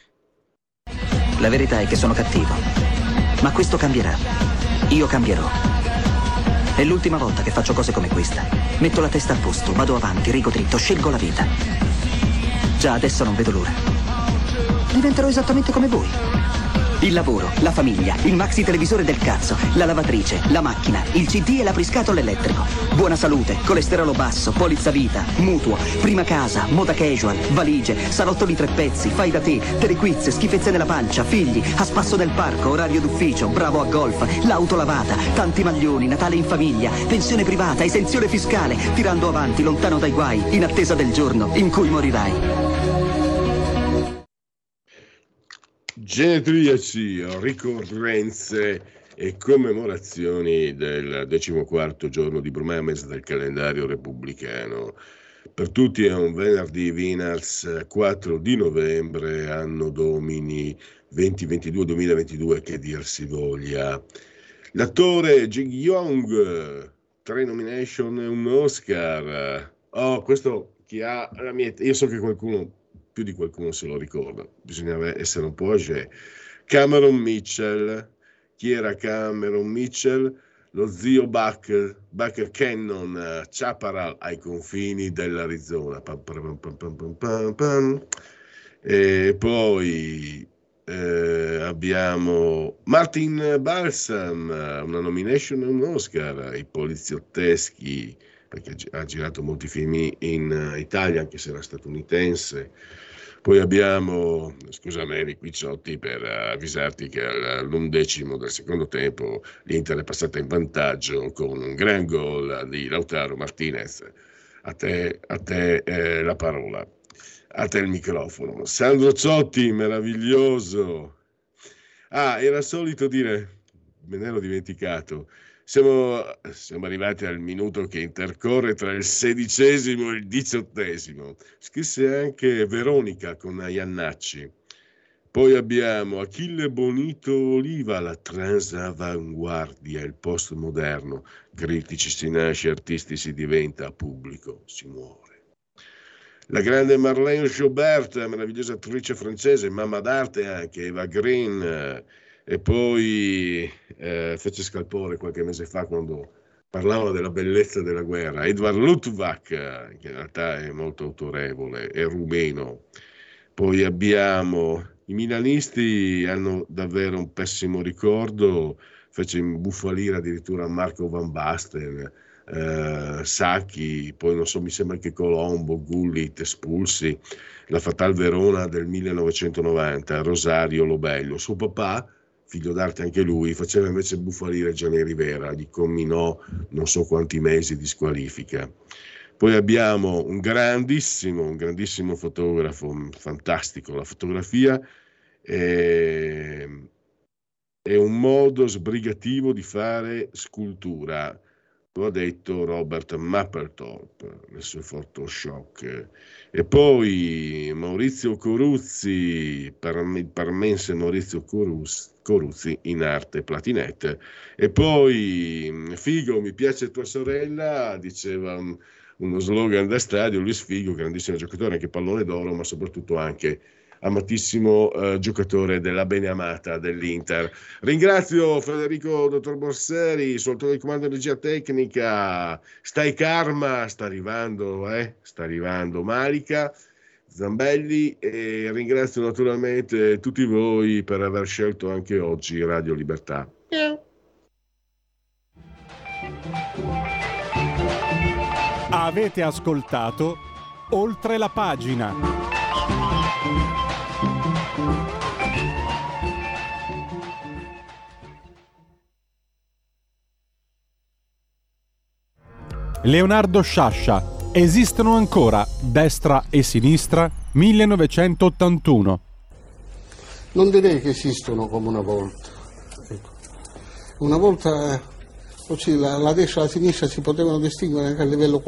La verità è che sono cattivo, ma questo cambierà. Io cambierò. È l'ultima volta che faccio cose come questa. Metto la testa a posto, vado avanti, rigo dritto, scelgo la vita. Già adesso non vedo l'ora. Diventerò esattamente come voi. Il lavoro, la famiglia, il maxi televisore del cazzo, la lavatrice, la macchina, il C D e l'apriscatole elettrico. Buona salute, colesterolo basso, polizza vita, mutuo, prima casa, moda casual, valigie, salotto di tre pezzi, fai da te, telequiz, schifezze nella pancia, figli, a spasso nel parco, orario d'ufficio, bravo a golf, l'auto lavata, tanti maglioni, Natale in famiglia, pensione privata, esenzione fiscale, tirando avanti, lontano dai guai, in attesa del giorno in cui morirai. Genetriaci, ricorrenze e commemorazioni del decimoquarto giorno di Brumames del calendario repubblicano. Per tutti è un venerdì Vinars quattro di novembre, anno domini duemilaventidue duemilaventidue, che dir si voglia. L'attore Jig Young, tre nomination e un Oscar. Oh, questo chi ha la mia età, io so che qualcuno, più di qualcuno se lo ricorda, bisogna essere un po' âgé. Cameron Mitchell. Chi era Cameron Mitchell? Lo zio Buck, Buck Cannon, Chaparral ai confini dell'Arizona. Pam, pam, pam, pam, pam, pam, pam. E poi eh, abbiamo Martin Balsam, una nomination e un Oscar, I poliziotteschi, perché ha girato molti film in Italia, anche se era statunitense. Poi abbiamo, scusa Mary Quicciotti, per avvisarti che all'undecimo del secondo tempo l'Inter è passata in vantaggio con un gran gol di Lautaro Martinez. A te, a te eh, la parola, a te il microfono. Sandro Ciotti, meraviglioso. Ah, era solito dire, me ne ero dimenticato. Siamo, siamo arrivati al minuto che intercorre tra il sedicesimo e il diciottesimo. Scrisse anche Veronica con Iannacci. Poi abbiamo Achille Bonito Oliva, la transavanguardia, il postmoderno. Critici si nasce, artisti si diventa, pubblico si muore. La grande Marlène Jobert, meravigliosa attrice francese, mamma d'arte anche, Eva Green. E poi eh, fece scalpore qualche mese fa quando parlavano della bellezza della guerra. Edvard Luttwak, che in realtà è molto autorevole, è rumeno. Poi abbiamo i milanisti, hanno davvero un pessimo ricordo, fece imbufalire addirittura Marco Van Basten, eh, Sacchi, poi non so, mi sembra che Colombo, Gullit, espulsi, la Fatal Verona del millenovecentonovanta, Rosario Lobello. Suo papà, figlio d'arte anche lui, faceva invece bufalire Gianni Rivera, gli comminò non so quanti mesi di squalifica. Poi abbiamo un grandissimo, un grandissimo fotografo, fantastico, la fotografia è, è un modo sbrigativo di fare scultura, lo ha detto Robert Mapplethorpe nel suo Photoshop. E poi Maurizio Coruzzi, il parmense Maurizio Coruzzi, Coruzzi in arte Platinette. E poi Figo, mi piace tua sorella, diceva un, uno slogan da stadio, Luis Figo, grandissimo giocatore, anche pallone d'oro, ma soprattutto anche amatissimo eh, giocatore della beneamata dell'Inter. Ringrazio Federico Dottor Borseri, soltanto di comando di regia tecnica. Stai Karma, sta arrivando, eh? sta arrivando Marica Zambelli, e ringrazio naturalmente tutti voi per aver scelto anche oggi Radio Libertà. Avete ascoltato Oltre la pagina. Leonardo Sciascia. Esistono ancora Destra e Sinistra, millenovecentottantuno. Non direi che esistono come una volta. Ecco. Una volta la, la destra e la sinistra si potevano distinguere anche a livello